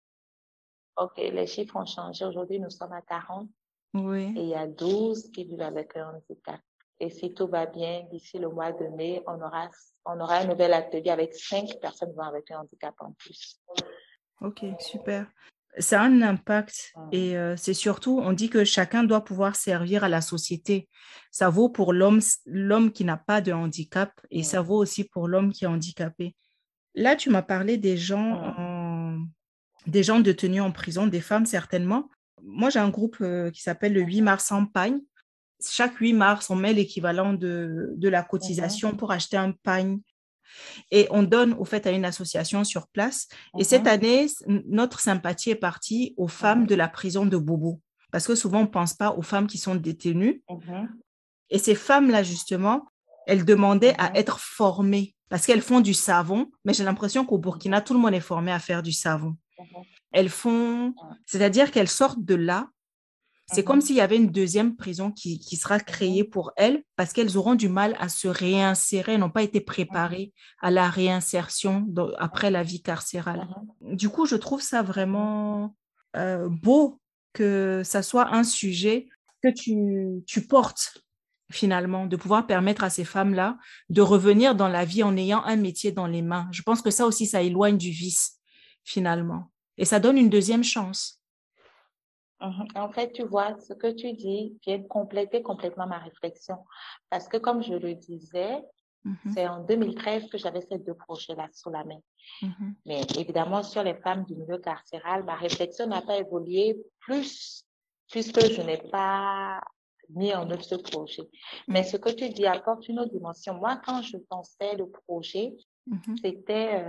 OK, les chiffres ont changé. Aujourd'hui, nous sommes à 40 Oui. et il y a 12 qui vivent avec un handicap. Et si tout va bien, d'ici le mois de mai, on aura un nouvel atelier avec 5 personnes vivant avec un handicap en plus. Ok, super. Ça a un impact Mm. et c'est surtout, on dit que chacun doit pouvoir servir à la société. Ça vaut pour l'homme qui n'a pas de handicap et ça Mm. vaut aussi pour l'homme qui est handicapé. Là, tu m'as parlé Mm. des gens détenus en prison, des femmes certainement. Moi, j'ai un groupe qui s'appelle le 8 mars en pagne. Chaque 8 mars, on met l'équivalent de la cotisation Mhm. pour acheter un pagne et on donne au fait à une association sur place. Et cette Mhm. année, notre sympathie est partie aux femmes de Mhm. la prison de Bobo. Parce que souvent, on ne pense pas aux femmes qui sont détenues. Mhm. Et ces femmes-là, justement, elles demandaient à Mhm. être formées parce qu'elles font du savon. Mais j'ai l'impression qu'au Burkina, tout le monde est formé à faire du savon. Mhm. Elles font, c'est-à-dire qu'elles sortent de là. C'est comme Mhm. s'il y avait une deuxième prison qui sera créée Mhm. pour elles parce qu'elles auront du mal à se réinsérer, n'ont pas été préparées à la réinsertion après la vie carcérale. Mhm. Du coup, je trouve ça Mhm. vraiment beau que ça soit un sujet que tu portes finalement, de pouvoir permettre à ces femmes-là de revenir dans la vie en ayant un métier dans les mains. Je pense que ça aussi, ça éloigne du vice finalement. Et ça donne une deuxième chance. Mhm. En fait, tu vois, ce que tu dis vient compléter complètement ma réflexion. Parce que comme je le disais, Mhm, c'est en 2013 que j'avais ces deux projets-là sous la main. mhm, Mais évidemment, sur les femmes du milieu carcéral, ma réflexion n'a pas évolué plus, puisque je n'ai pas mis en œuvre ce projet. Mais mhm, ce que tu dis apporte une autre dimension. Moi, quand je pensais le projet, mhm, c'était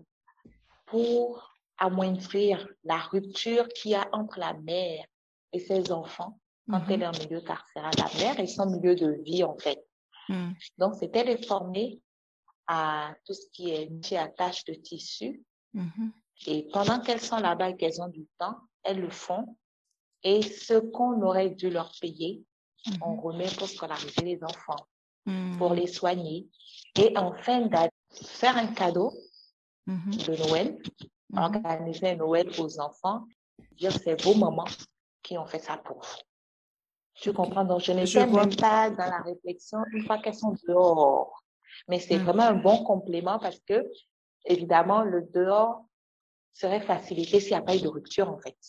pour amoindrir la rupture qu'il y a entre la mère et ses enfants quand elle mhm, est en milieu carcéral. La mère et son milieu de vie, en fait. mhm, Donc, c'était les former à tout ce qui est attache de tissu, mhm, Et pendant qu'elles sont là-bas et qu'elles ont du temps, elles le font. Et ce qu'on aurait dû leur payer, on remet pour scolariser les enfants, pour les soigner. Et en fin d'année, faire un cadeau de Noël, organiser un Noël aux enfants, dire c'est vos mamans qui ont fait ça pour vous. Tu comprends? Donc, je n'étais même pas dans la réflexion une fois qu'elles sont dehors. Mais c'est vraiment un bon complément parce que, évidemment, le dehors serait facilité s'il n'y a pas eu de rupture, en fait.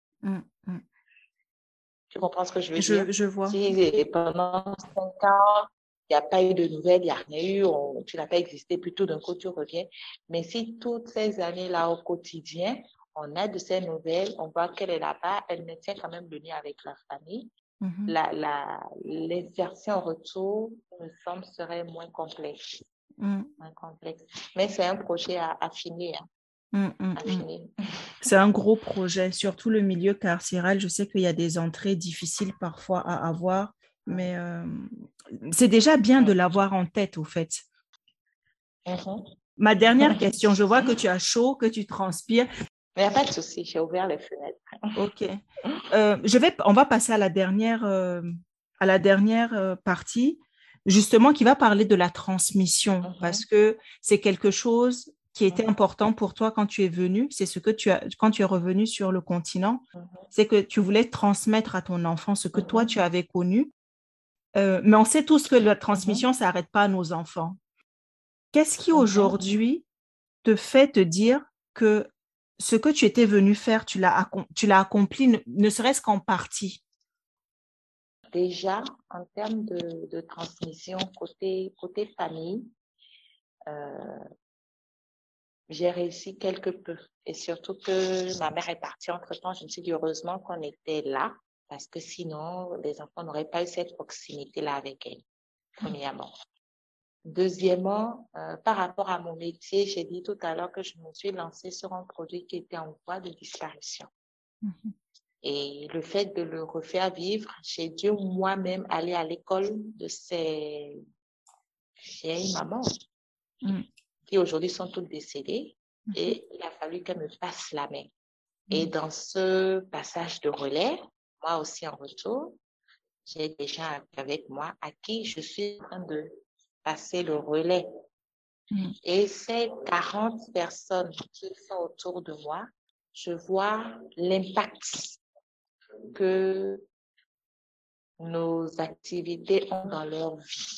Tu comprends ce que je veux dire? Je vois. Si pendant 5 ans, il n'y a pas eu de nouvelles, il n'y a rien eu, tu n'as pas existé, plutôt d'un coup, tu reviens. Mais si toutes ces années-là, au quotidien, on a de ces nouvelles, on voit qu'elle est là-bas, elle maintient quand même le lien avec la famille. L'insertion en retour, il me semble, serait moins complexe. Moins complexe. Mais c'est un projet à finir. C'est un gros projet, surtout le milieu carcéral. Je sais qu'il y a des entrées difficiles parfois à avoir, mais c'est déjà bien de l'avoir en tête, au fait. Ma dernière question, je vois que tu as chaud, que tu transpires. Il n'y a pas de souci, j'ai ouvert les fenêtres. OK. On va passer à la dernière partie, justement, qui va parler de la transmission, parce que c'est quelque chose qui était important pour toi quand tu es venu. C'est ce que quand tu es revenu sur le continent, c'est que tu voulais transmettre à ton enfant ce que toi, tu avais connu. Mais on sait tous que la transmission, ça n'arrête pas à nos enfants. Qu'est-ce qui aujourd'hui te fait te dire que ce que tu étais venu faire, tu l'as accompli, ne serait-ce qu'en partie? Déjà, en termes de transmission côté famille, j'ai réussi quelque peu. Et surtout que ma mère est partie entre-temps, je me suis dit heureusement qu'on était là, parce que sinon, les enfants n'auraient pas eu cette proximité-là avec elle, premièrement. Deuxièmement, par rapport à mon métier, j'ai dit tout à l'heure que je me suis lancée sur un produit qui était en voie de disparition. Et le fait de le refaire vivre, j'ai dû moi-même aller à l'école de ces vieilles mamans qui aujourd'hui sont toutes décédées et il a fallu qu'elles me passent la main. Et dans ce passage de relais, moi aussi en retour, j'ai des gens avec moi à qui je suis en train de passer le relais. Et ces 40 personnes qui sont autour de moi, je vois l'impact que nos activités ont dans leur vie.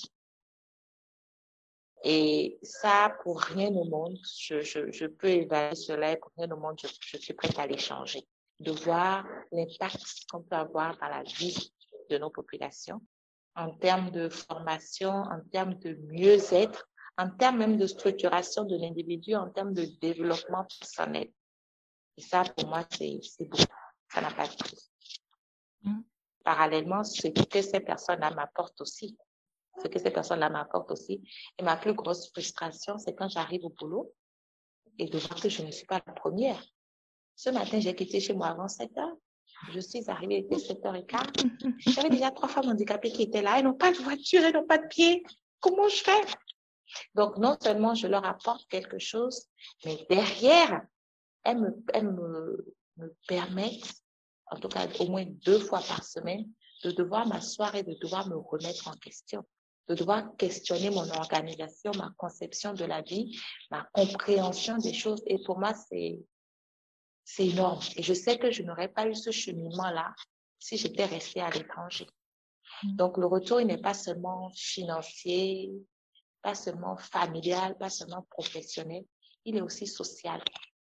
Et ça, pour rien au monde, je peux évaluer cela et pour rien au monde, je suis prête à l'échanger. De voir l'impact qu'on peut avoir dans la vie de nos populations, en termes de formation, en termes de mieux-être, en termes même de structuration de l'individu, en termes de développement personnel. Et ça, pour moi, c'est beaucoup. Ça n'a pas de prix. Parallèlement, ce que ces personnes-là m'apportent aussi. Et ma plus grosse frustration, c'est quand j'arrive au boulot et de voir que je ne suis pas la première. Ce matin, j'ai quitté chez moi avant 7 heures. Je suis arrivée, il était 7h15. J'avais déjà 3 femmes handicapées qui étaient là. Elles n'ont pas de voiture, elles n'ont pas de pied. Comment je fais? Donc, non seulement je leur apporte quelque chose, mais derrière, elles me permettent, en tout cas au moins 2 fois par semaine, de devoir m'asseoir et de devoir me remettre en question, de devoir questionner mon organisation, ma conception de la vie, ma compréhension des choses. Et pour moi, c'est énorme. Et je sais que je n'aurais pas eu ce cheminement-là si j'étais restée à l'étranger. Donc, le retour, il n'est pas seulement financier, pas seulement familial, pas seulement professionnel, il est aussi social.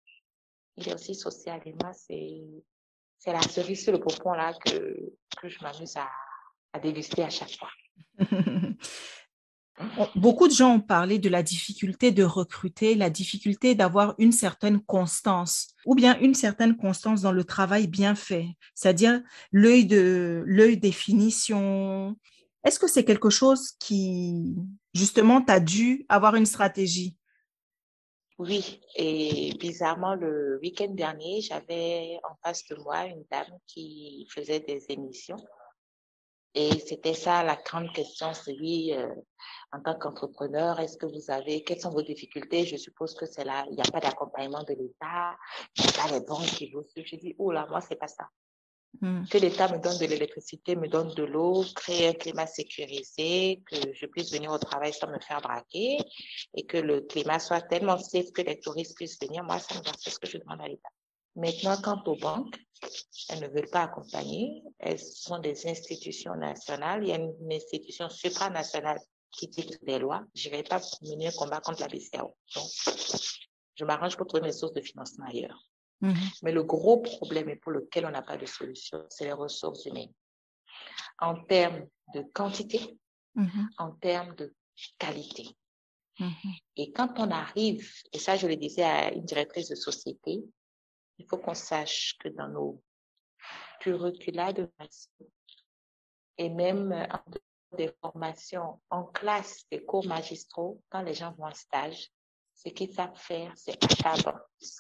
Et moi, c'est la cerise sur le pompon là que je m'amuse à déguster à chaque fois. Beaucoup de gens ont parlé de la difficulté de recruter, la difficulté d'avoir une certaine constance ou bien une certaine constance dans le travail bien fait, c'est-à-dire l'œil des finitions. Est-ce que c'est quelque chose qui, justement, t'as dû avoir une stratégie? Oui, et bizarrement, le week-end dernier, j'avais en face de moi une dame qui faisait des émissions. Et c'était ça la grande question, c'est oui, en tant qu'entrepreneur, quelles sont vos difficultés? Je suppose que c'est là, il n'y a pas d'accompagnement de l'État, il n'y a pas les banques qui vous suivent. Je dis, oh là, moi, c'est pas ça. Que l'État me donne de l'électricité, me donne de l'eau, crée un climat sécurisé, que je puisse venir au travail sans me faire braquer et que le climat soit tellement safe que les touristes puissent venir. Moi, ça me va, c'est ce que je demande à l'État. Maintenant, quant aux banques, elles ne veulent pas accompagner. Elles sont des institutions nationales. Il y a une institution supranationale qui dicte des lois. Je ne vais pas mener un combat contre la BCAO. Donc, je m'arrange pour trouver mes sources de financement ailleurs. Mais le gros problème et pour lequel on n'a pas de solution, c'est les ressources humaines. En termes de quantité, en termes de qualité. Et quand on arrive, et ça je le disais à une directrice de société, il faut qu'on sache que dans nos curricula de formation et même des formations en classe, des cours magistraux, quand les gens vont en stage, ce qu'ils savent faire, c'est achat-vente.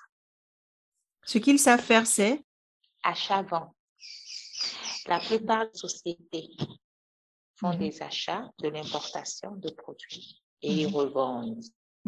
Ce qu'ils savent faire, c'est achat-vente. La plupart des sociétés font des achats de l'importation de produits et ils revendent.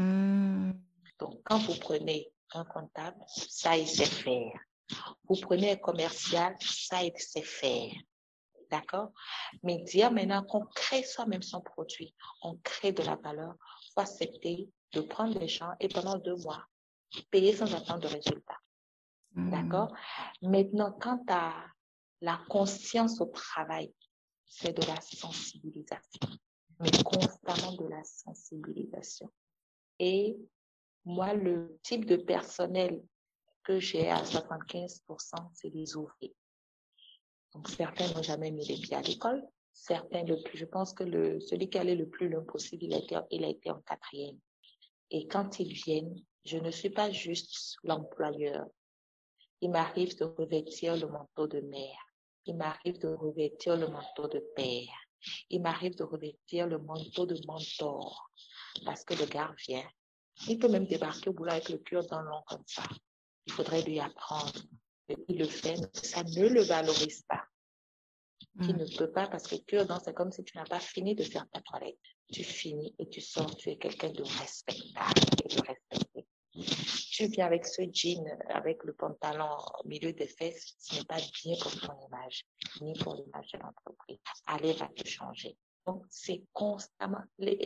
Donc, quand vous prenez un comptable, ça, il sait faire. Vous prenez un commercial, ça, il sait faire. D'accord? Mais dire maintenant qu'on crée soi-même son produit, on crée de la valeur, il faut accepter de prendre les gens et pendant 2 mois, payer sans attendre de résultat. D'accord? Maintenant, quant à la conscience au travail, c'est de la sensibilisation, mais constamment de la sensibilisation. Et moi, le type de personnel que j'ai à 75%, c'est les ouvriers. Donc, certains n'ont jamais mis les pieds à l'école. Certains, je pense que celui qui allait le plus loin possible, il a été en 4e. Et quand ils viennent, je ne suis pas juste l'employeur. Il m'arrive de revêtir le manteau de mère. Il m'arrive de revêtir le manteau de père. Il m'arrive de revêtir le manteau de mentor. Parce que le gars vient. Il peut même débarquer au boulot avec le cœur dans l'ong comme ça. Il faudrait lui apprendre. Il le fait, mais ça ne le valorise pas. Il ne peut pas parce que cure-dent, c'est comme si tu n'as pas fini de faire ta toilette. Tu finis et tu sors, tu es quelqu'un de respectable et de respecté. Tu viens avec ce jean, avec le pantalon au milieu des fesses, ce n'est pas bien pour ton image, ni pour l'image de l'entreprise. Allez, va te changer. Donc, c'est constamment,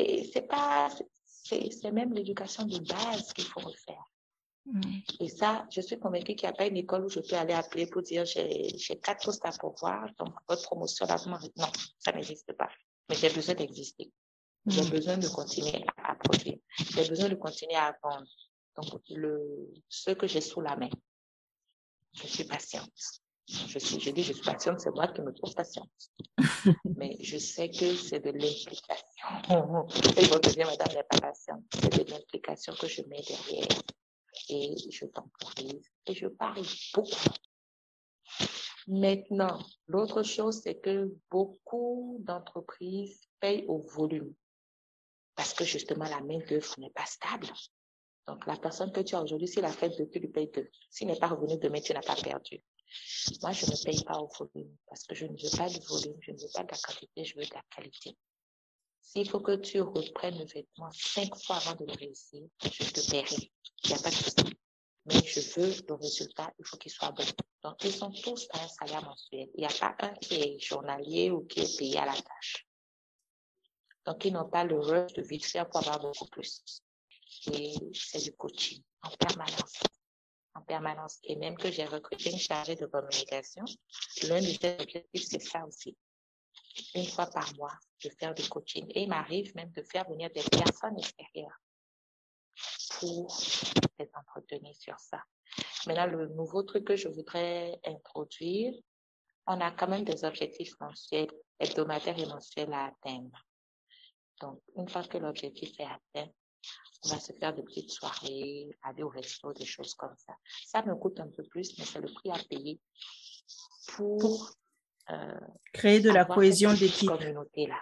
c'est même l'éducation de base qu'il faut refaire. Et ça, je suis convaincue qu'il n'y a pas une école où je peux aller appeler pour dire j'ai 4 postes à pourvoir, donc votre promotion là, non, ça n'existe pas. Mais j'ai besoin d'exister. J'ai besoin de continuer à produire. J'ai besoin de continuer à vendre. Donc, ce que j'ai sous la main, je suis patiente. Je suis patiente, c'est moi qui me trouve patiente. Mais je sais que c'est de l'implication. Ils vont te dire, madame n'est pas patiente. C'est de l'implication que je mets derrière. Et je temporise et je parle beaucoup. Maintenant, l'autre chose, c'est que beaucoup d'entreprises payent au volume parce que justement, la main-d'œuvre n'est pas stable. Donc, la personne que tu as aujourd'hui, si la fête de tu lui payes 2. S'il n'est pas revenu demain, tu n'as pas perdu. Moi, je ne paye pas au volume parce que je ne veux pas du volume, je ne veux pas de la quantité, je veux de la qualité. S'il faut que tu reprennes le vêtement 5 fois avant de le réussir, je te paierai. Il n'y a pas de souci. Mais je veux le résultat, il faut qu'il soit bon. Donc, ils sont tous à un salaire mensuel. Il n'y a pas un qui est journalier ou qui est payé à la tâche. Donc, ils n'ont pas le rush de vite faire pour avoir beaucoup plus. Et c'est du coaching en permanence. En permanence. Et même que j'ai recruté une chargée de communication, l'un de ses objectifs, c'est ça aussi. Une fois par mois, de faire du coaching. Et il m'arrive même de faire venir des personnes extérieures pour les entretenir sur ça. Maintenant, le nouveau truc que je voudrais introduire, on a quand même des objectifs mensuels, hebdomadaires et mensuels à atteindre. Donc, une fois que l'objectif est atteint, on va se faire des petites soirées, aller au resto, des choses comme ça. Ça me coûte un peu plus, mais c'est le prix à payer pour créer de la cohésion d'équipe. Communauté-là.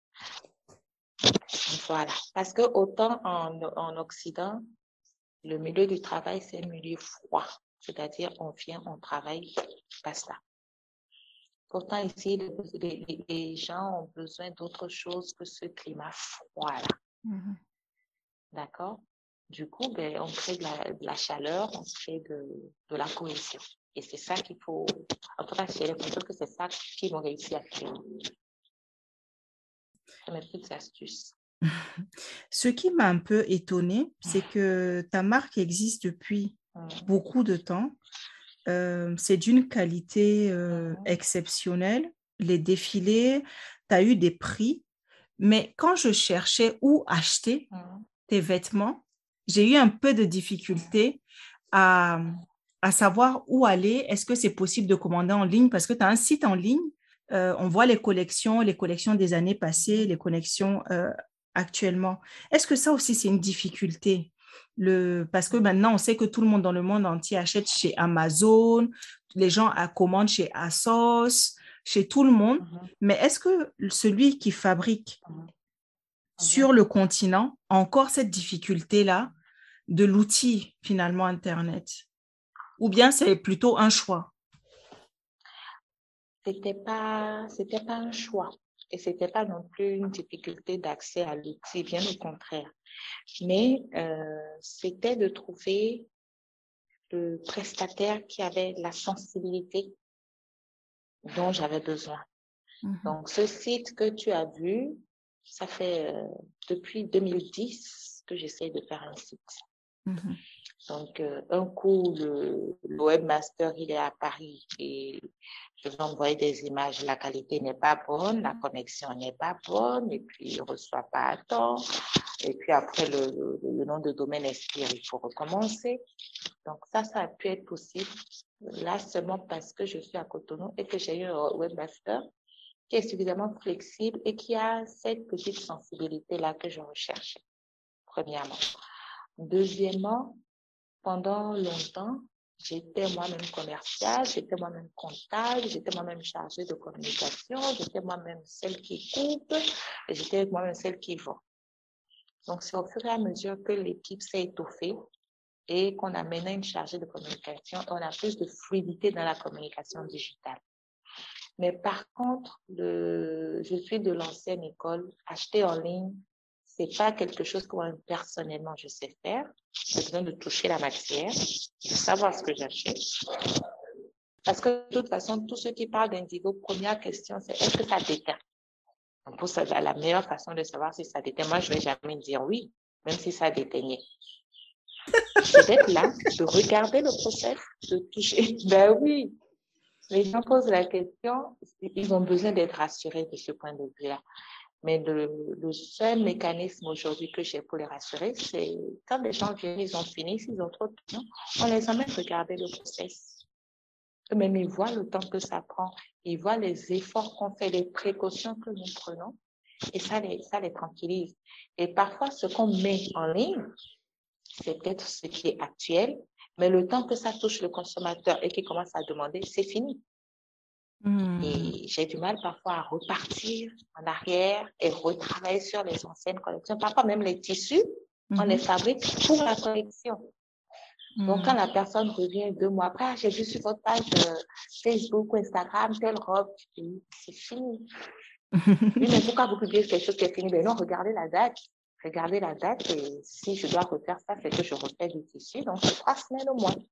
Voilà. Parce que autant en Occident, le milieu du travail, c'est un milieu froid. C'est-à-dire, on vient, on travaille, basta. Pourtant, ici, les gens ont besoin d'autre chose que ce climat froid-là. Mhm. D'accord? Du coup, ben, on crée de la chaleur, on crée de la cohésion. Et c'est ça qu'il faut... En tout cas, j'ai l'impression que c'est ça qu'ils vont réussir à créer. C'est mes petites astuces. Ce qui m'a un peu étonnée, c'est que ta marque existe depuis beaucoup de temps. C'est d'une qualité exceptionnelle. Les défilés, tu as eu des prix. Mais quand je cherchais où acheter tes vêtements, j'ai eu un peu de difficulté à, à savoir où aller. Est-ce que c'est possible de commander en ligne? Parce que tu as un site en ligne. On voit les collections des années passées, les collections actuellement. Est-ce que ça aussi, c'est une difficulté? Parce que maintenant, on sait que tout le monde dans le monde entier achète chez Amazon, les gens commandent chez ASOS, chez tout le monde. Mais est-ce que celui qui fabrique sur le continent a encore cette difficulté-là de l'outil, finalement, Internet? Ou bien c'est plutôt un choix? C'était pas un choix. Et c'était pas non plus une difficulté d'accès à l'outil, bien au contraire. Mais c'était de trouver le prestataire qui avait la sensibilité dont j'avais besoin. Donc, ce site que tu as vu, ça fait depuis 2010 que j'essaie de faire un site. Donc, un coup, le webmaster, il est à Paris et je vais envoyer des images, la qualité n'est pas bonne, la connexion n'est pas bonne, et puis il ne reçoit pas à temps. Et puis après, le nom de domaine expire, il faut recommencer. Donc, ça a pu être possible là seulement parce que je suis à Cotonou et que j'ai eu un webmaster qui est suffisamment flexible et qui a cette petite sensibilité-là que je recherchais, premièrement. Deuxièmement, pendant longtemps, j'étais moi-même commerciale, j'étais moi-même comptable, j'étais moi-même chargée de communication, j'étais moi-même celle qui coupe, et j'étais moi-même celle qui vend. Donc, c'est au fur et à mesure que l'équipe s'est étoffée et qu'on a maintenant une chargée de communication, on a plus de fluidité dans la communication digitale. Mais par contre, je suis de l'ancienne école, acheter en ligne, c'est pas quelque chose que moi, personnellement, je sais faire. J'ai besoin de toucher la matière, de savoir ce que j'achète. Parce que de toute façon, tous ceux qui parlent d'Indigo, première question, c'est est-ce que ça déteint? Donc, pour ça, la meilleure façon de savoir si ça déteint, moi, je vais jamais dire oui, même si ça déteignait. C'est d'être là, de regarder le process, de toucher. Ben oui, les gens posent la question, ils ont besoin d'être rassurés de ce point de vue-là. Mais le seul mécanisme aujourd'hui que j'ai pour les rassurer, c'est quand les gens viennent, ils ont fini, s'ils ont trop de temps, on les emmène regarder le process. Eux-mêmes, ils voient le temps que ça prend, ils voient les efforts qu'on fait, les précautions que nous prenons, et ça les tranquillise. Et parfois, ce qu'on met en ligne, c'est peut-être ce qui est actuel, mais le temps que ça touche le consommateur et qu'il commence à demander, c'est fini. Et j'ai du mal parfois à repartir en arrière et retravailler sur les anciennes collections. Parfois même les tissus, on les fabrique pour la collection. Donc quand la personne revient 2 mois après, ah, j'ai vu sur votre page Facebook ou Instagram telle robe, c'est fini. Oui, mais pourquoi vous publiez quelque chose qui est fini? Ben non, regardez la date. Regardez la date et si je dois refaire ça, c'est que je refais du tissu. Donc c'est 3 semaines au moins.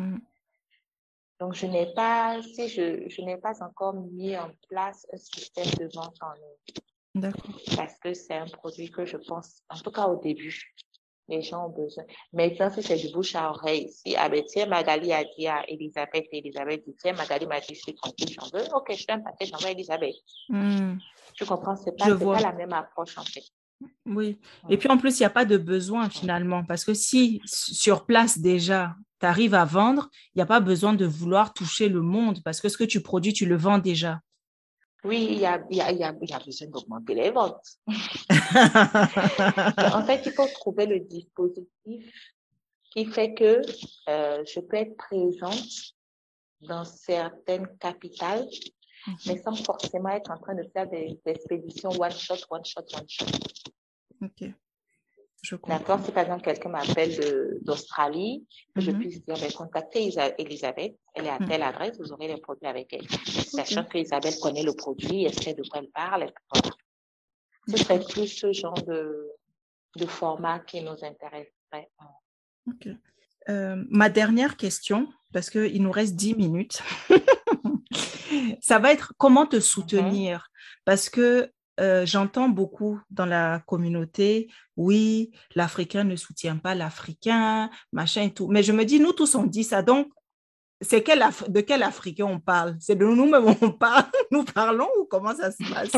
Donc, je n'ai pas encore mis en place un système de vente en ligne. D'accord. Parce que c'est un produit que je pense, en tout cas au début, les gens ont besoin. Maintenant, si c'est du bouche à oreille, si, ah ben, tiens, Magali a dit à Elisabeth, et Elisabeth dit, tiens, Magali m'a dit, je suis tranquille, j'en veux. Ok, je fais un paquet, j'envoie à Elisabeth. Tu comprends? C'est pas la même approche, en fait. Oui. Et puis en plus, il n'y a pas de besoin finalement, parce que si sur place déjà, tu arrives à vendre, il n'y a pas besoin de vouloir toucher le monde, parce que ce que tu produis, tu le vends déjà. Oui, il y a besoin d'augmenter les ventes. En fait, il faut trouver le dispositif qui fait que je peux être présente dans certaines capitales, mais sans forcément être en train de faire des expéditions one shot. Ok. je comprends. D'accord? Si par exemple quelqu'un m'appelle d'Australie, que je Mhm. puisse dire, contactez Elisabeth, elle est à telle adresse, vous aurez les produits avec elle. Sachant qu'Isabelle connaît le produit, elle sait de quoi elle parle, et voilà. Ce serait plus ce genre de format qui nous intéresserait. Ok. Ma dernière question, parce qu'il nous reste 10 minutes, ça va être comment te soutenir? Parce que j'entends beaucoup dans la communauté, oui, l'Africain ne soutient pas l'Africain, machin et tout. Mais je me dis, nous tous, on dit ça. Donc, de quel Africain on parle? C'est de nous-mêmes on parle, nous parlons ou comment ça se passe?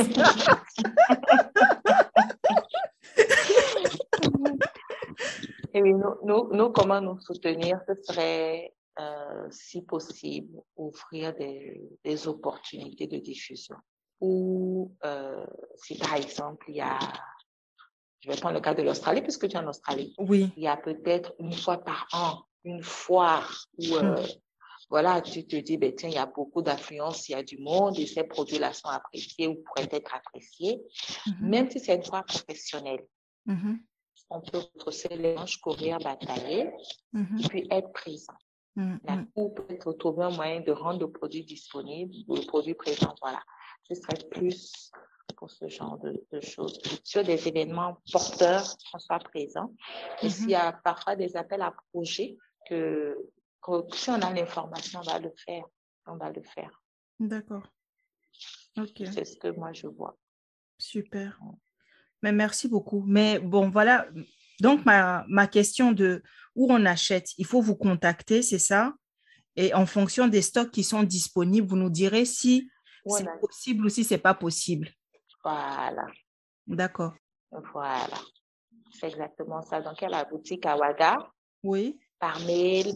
Et oui, nous, comment nous soutenir? Ce serait, si possible, ouvrir des opportunités de diffusion. Ou si par exemple, je vais prendre le cas de l'Australie, puisque tu es en Australie. Oui. Il y a peut-être une fois par an, une foire où, voilà, tu te dis, tiens, il y a beaucoup d'affluence, il y a du monde et ces produits-là sont appréciés ou pourraient être appréciés. Même si c'est une foire professionnelle. On peut retrousser les manches, courir, batailler, et puis être présent. Ou peut-être trouver un moyen de rendre le produit disponible, ou le produit présent, voilà. Ce serait plus pour ce genre de choses. Sur des événements porteurs, qu'on soit présent. Et s'il y a parfois des appels à projets, que si on a l'information, on va le faire. On va le faire. D'accord. Ok. C'est ce que moi, je vois. Super. Mais merci beaucoup. Mais bon, voilà. Donc, ma question de où on achète, il faut vous contacter, c'est ça? Et en fonction des stocks qui sont disponibles, vous nous direz si c'est possible ou si ce n'est pas possible. Voilà. D'accord. Voilà. C'est exactement ça. Donc, il y a la boutique à Ouaga. Oui. Par mail,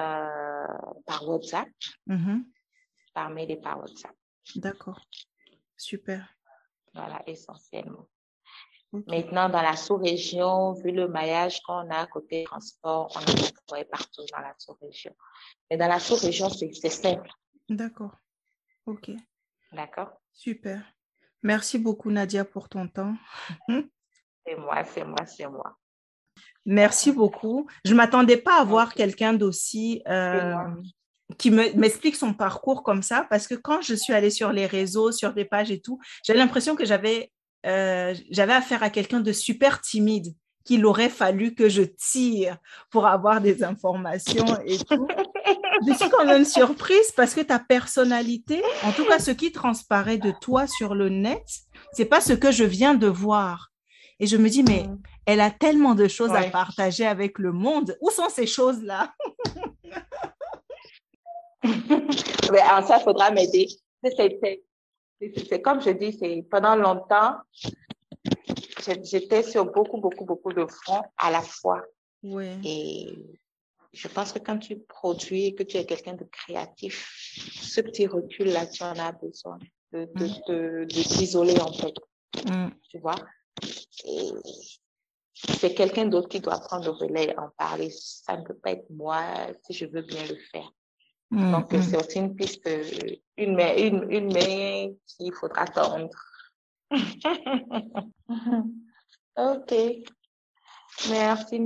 par WhatsApp. Par mail et par WhatsApp. D'accord. Super. Voilà, essentiellement. Okay. Maintenant, dans la sous-région, vu le maillage qu'on a côté transport, on a trouvé partout dans la sous-région. Mais dans la sous-région, c'est simple. D'accord. OK. D'accord. Super. Merci beaucoup, Nadia, pour ton temps. C'est moi. Merci beaucoup. Je ne m'attendais pas à voir quelqu'un d'aussi qui m'explique son parcours comme ça, parce que quand je suis allée sur les réseaux, sur des pages et tout, j'avais l'impression que j'avais affaire à quelqu'un de super timide, qu'il aurait fallu que je tire pour avoir des informations et tout. Je suis quand même surprise parce que ta personnalité, en tout cas ce qui transparaît de toi sur le net, c'est pas ce que je viens de voir. Et je me dis, mais elle a tellement de choses à partager avec le monde. Où sont ces choses-là? Mais alors ça, il faudra m'aider. C'est comme je dis, pendant longtemps, j'étais sur beaucoup de fronts à la fois. Oui. Et je pense que quand tu produis, que tu es quelqu'un de créatif, ce petit recul-là, tu en as besoin de t'isoler en fait. Tu vois? Et c'est quelqu'un d'autre qui doit prendre le relais, en parler. Ça ne peut pas être moi si je veux bien le faire. Donc, c'est aussi une piste, une main qu'il faudra tendre. OK. Merci.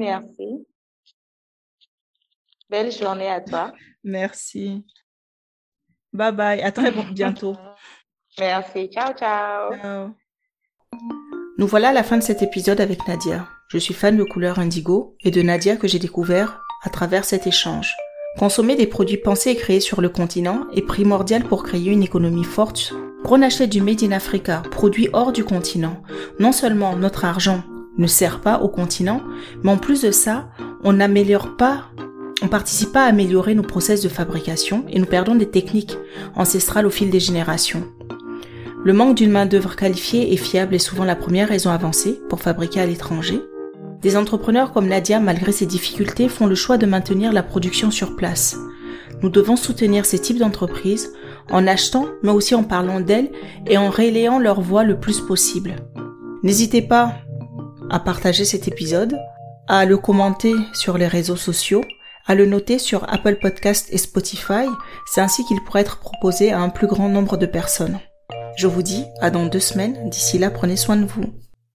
Belle journée à toi. Merci. Bye bye. À très bientôt. Merci. Ciao. Ciao. Nous voilà à la fin de cet épisode avec Nadia. Je suis fan de couleur indigo et de Nadia que j'ai découvert à travers cet échange. Consommer des produits pensés et créés sur le continent est primordial pour créer une économie forte. Qu'on achète du Made in Africa, produit hors du continent. Non seulement notre argent ne sert pas au continent, mais en plus de ça, on participe pas à améliorer nos process de fabrication et nous perdons des techniques ancestrales au fil des générations. Le manque d'une main-d'œuvre qualifiée et fiable est souvent la première raison avancée pour fabriquer à l'étranger. Des entrepreneurs comme Nadia, malgré ces difficultés, font le choix de maintenir la production sur place. Nous devons soutenir ces types d'entreprises en achetant, mais aussi en parlant d'elles et en relayant leur voix le plus possible. N'hésitez pas à partager cet épisode, à le commenter sur les réseaux sociaux, à le noter sur Apple Podcasts et Spotify, c'est ainsi qu'il pourra être proposé à un plus grand nombre de personnes. Je vous dis à dans 2 semaines, d'ici là prenez soin de vous.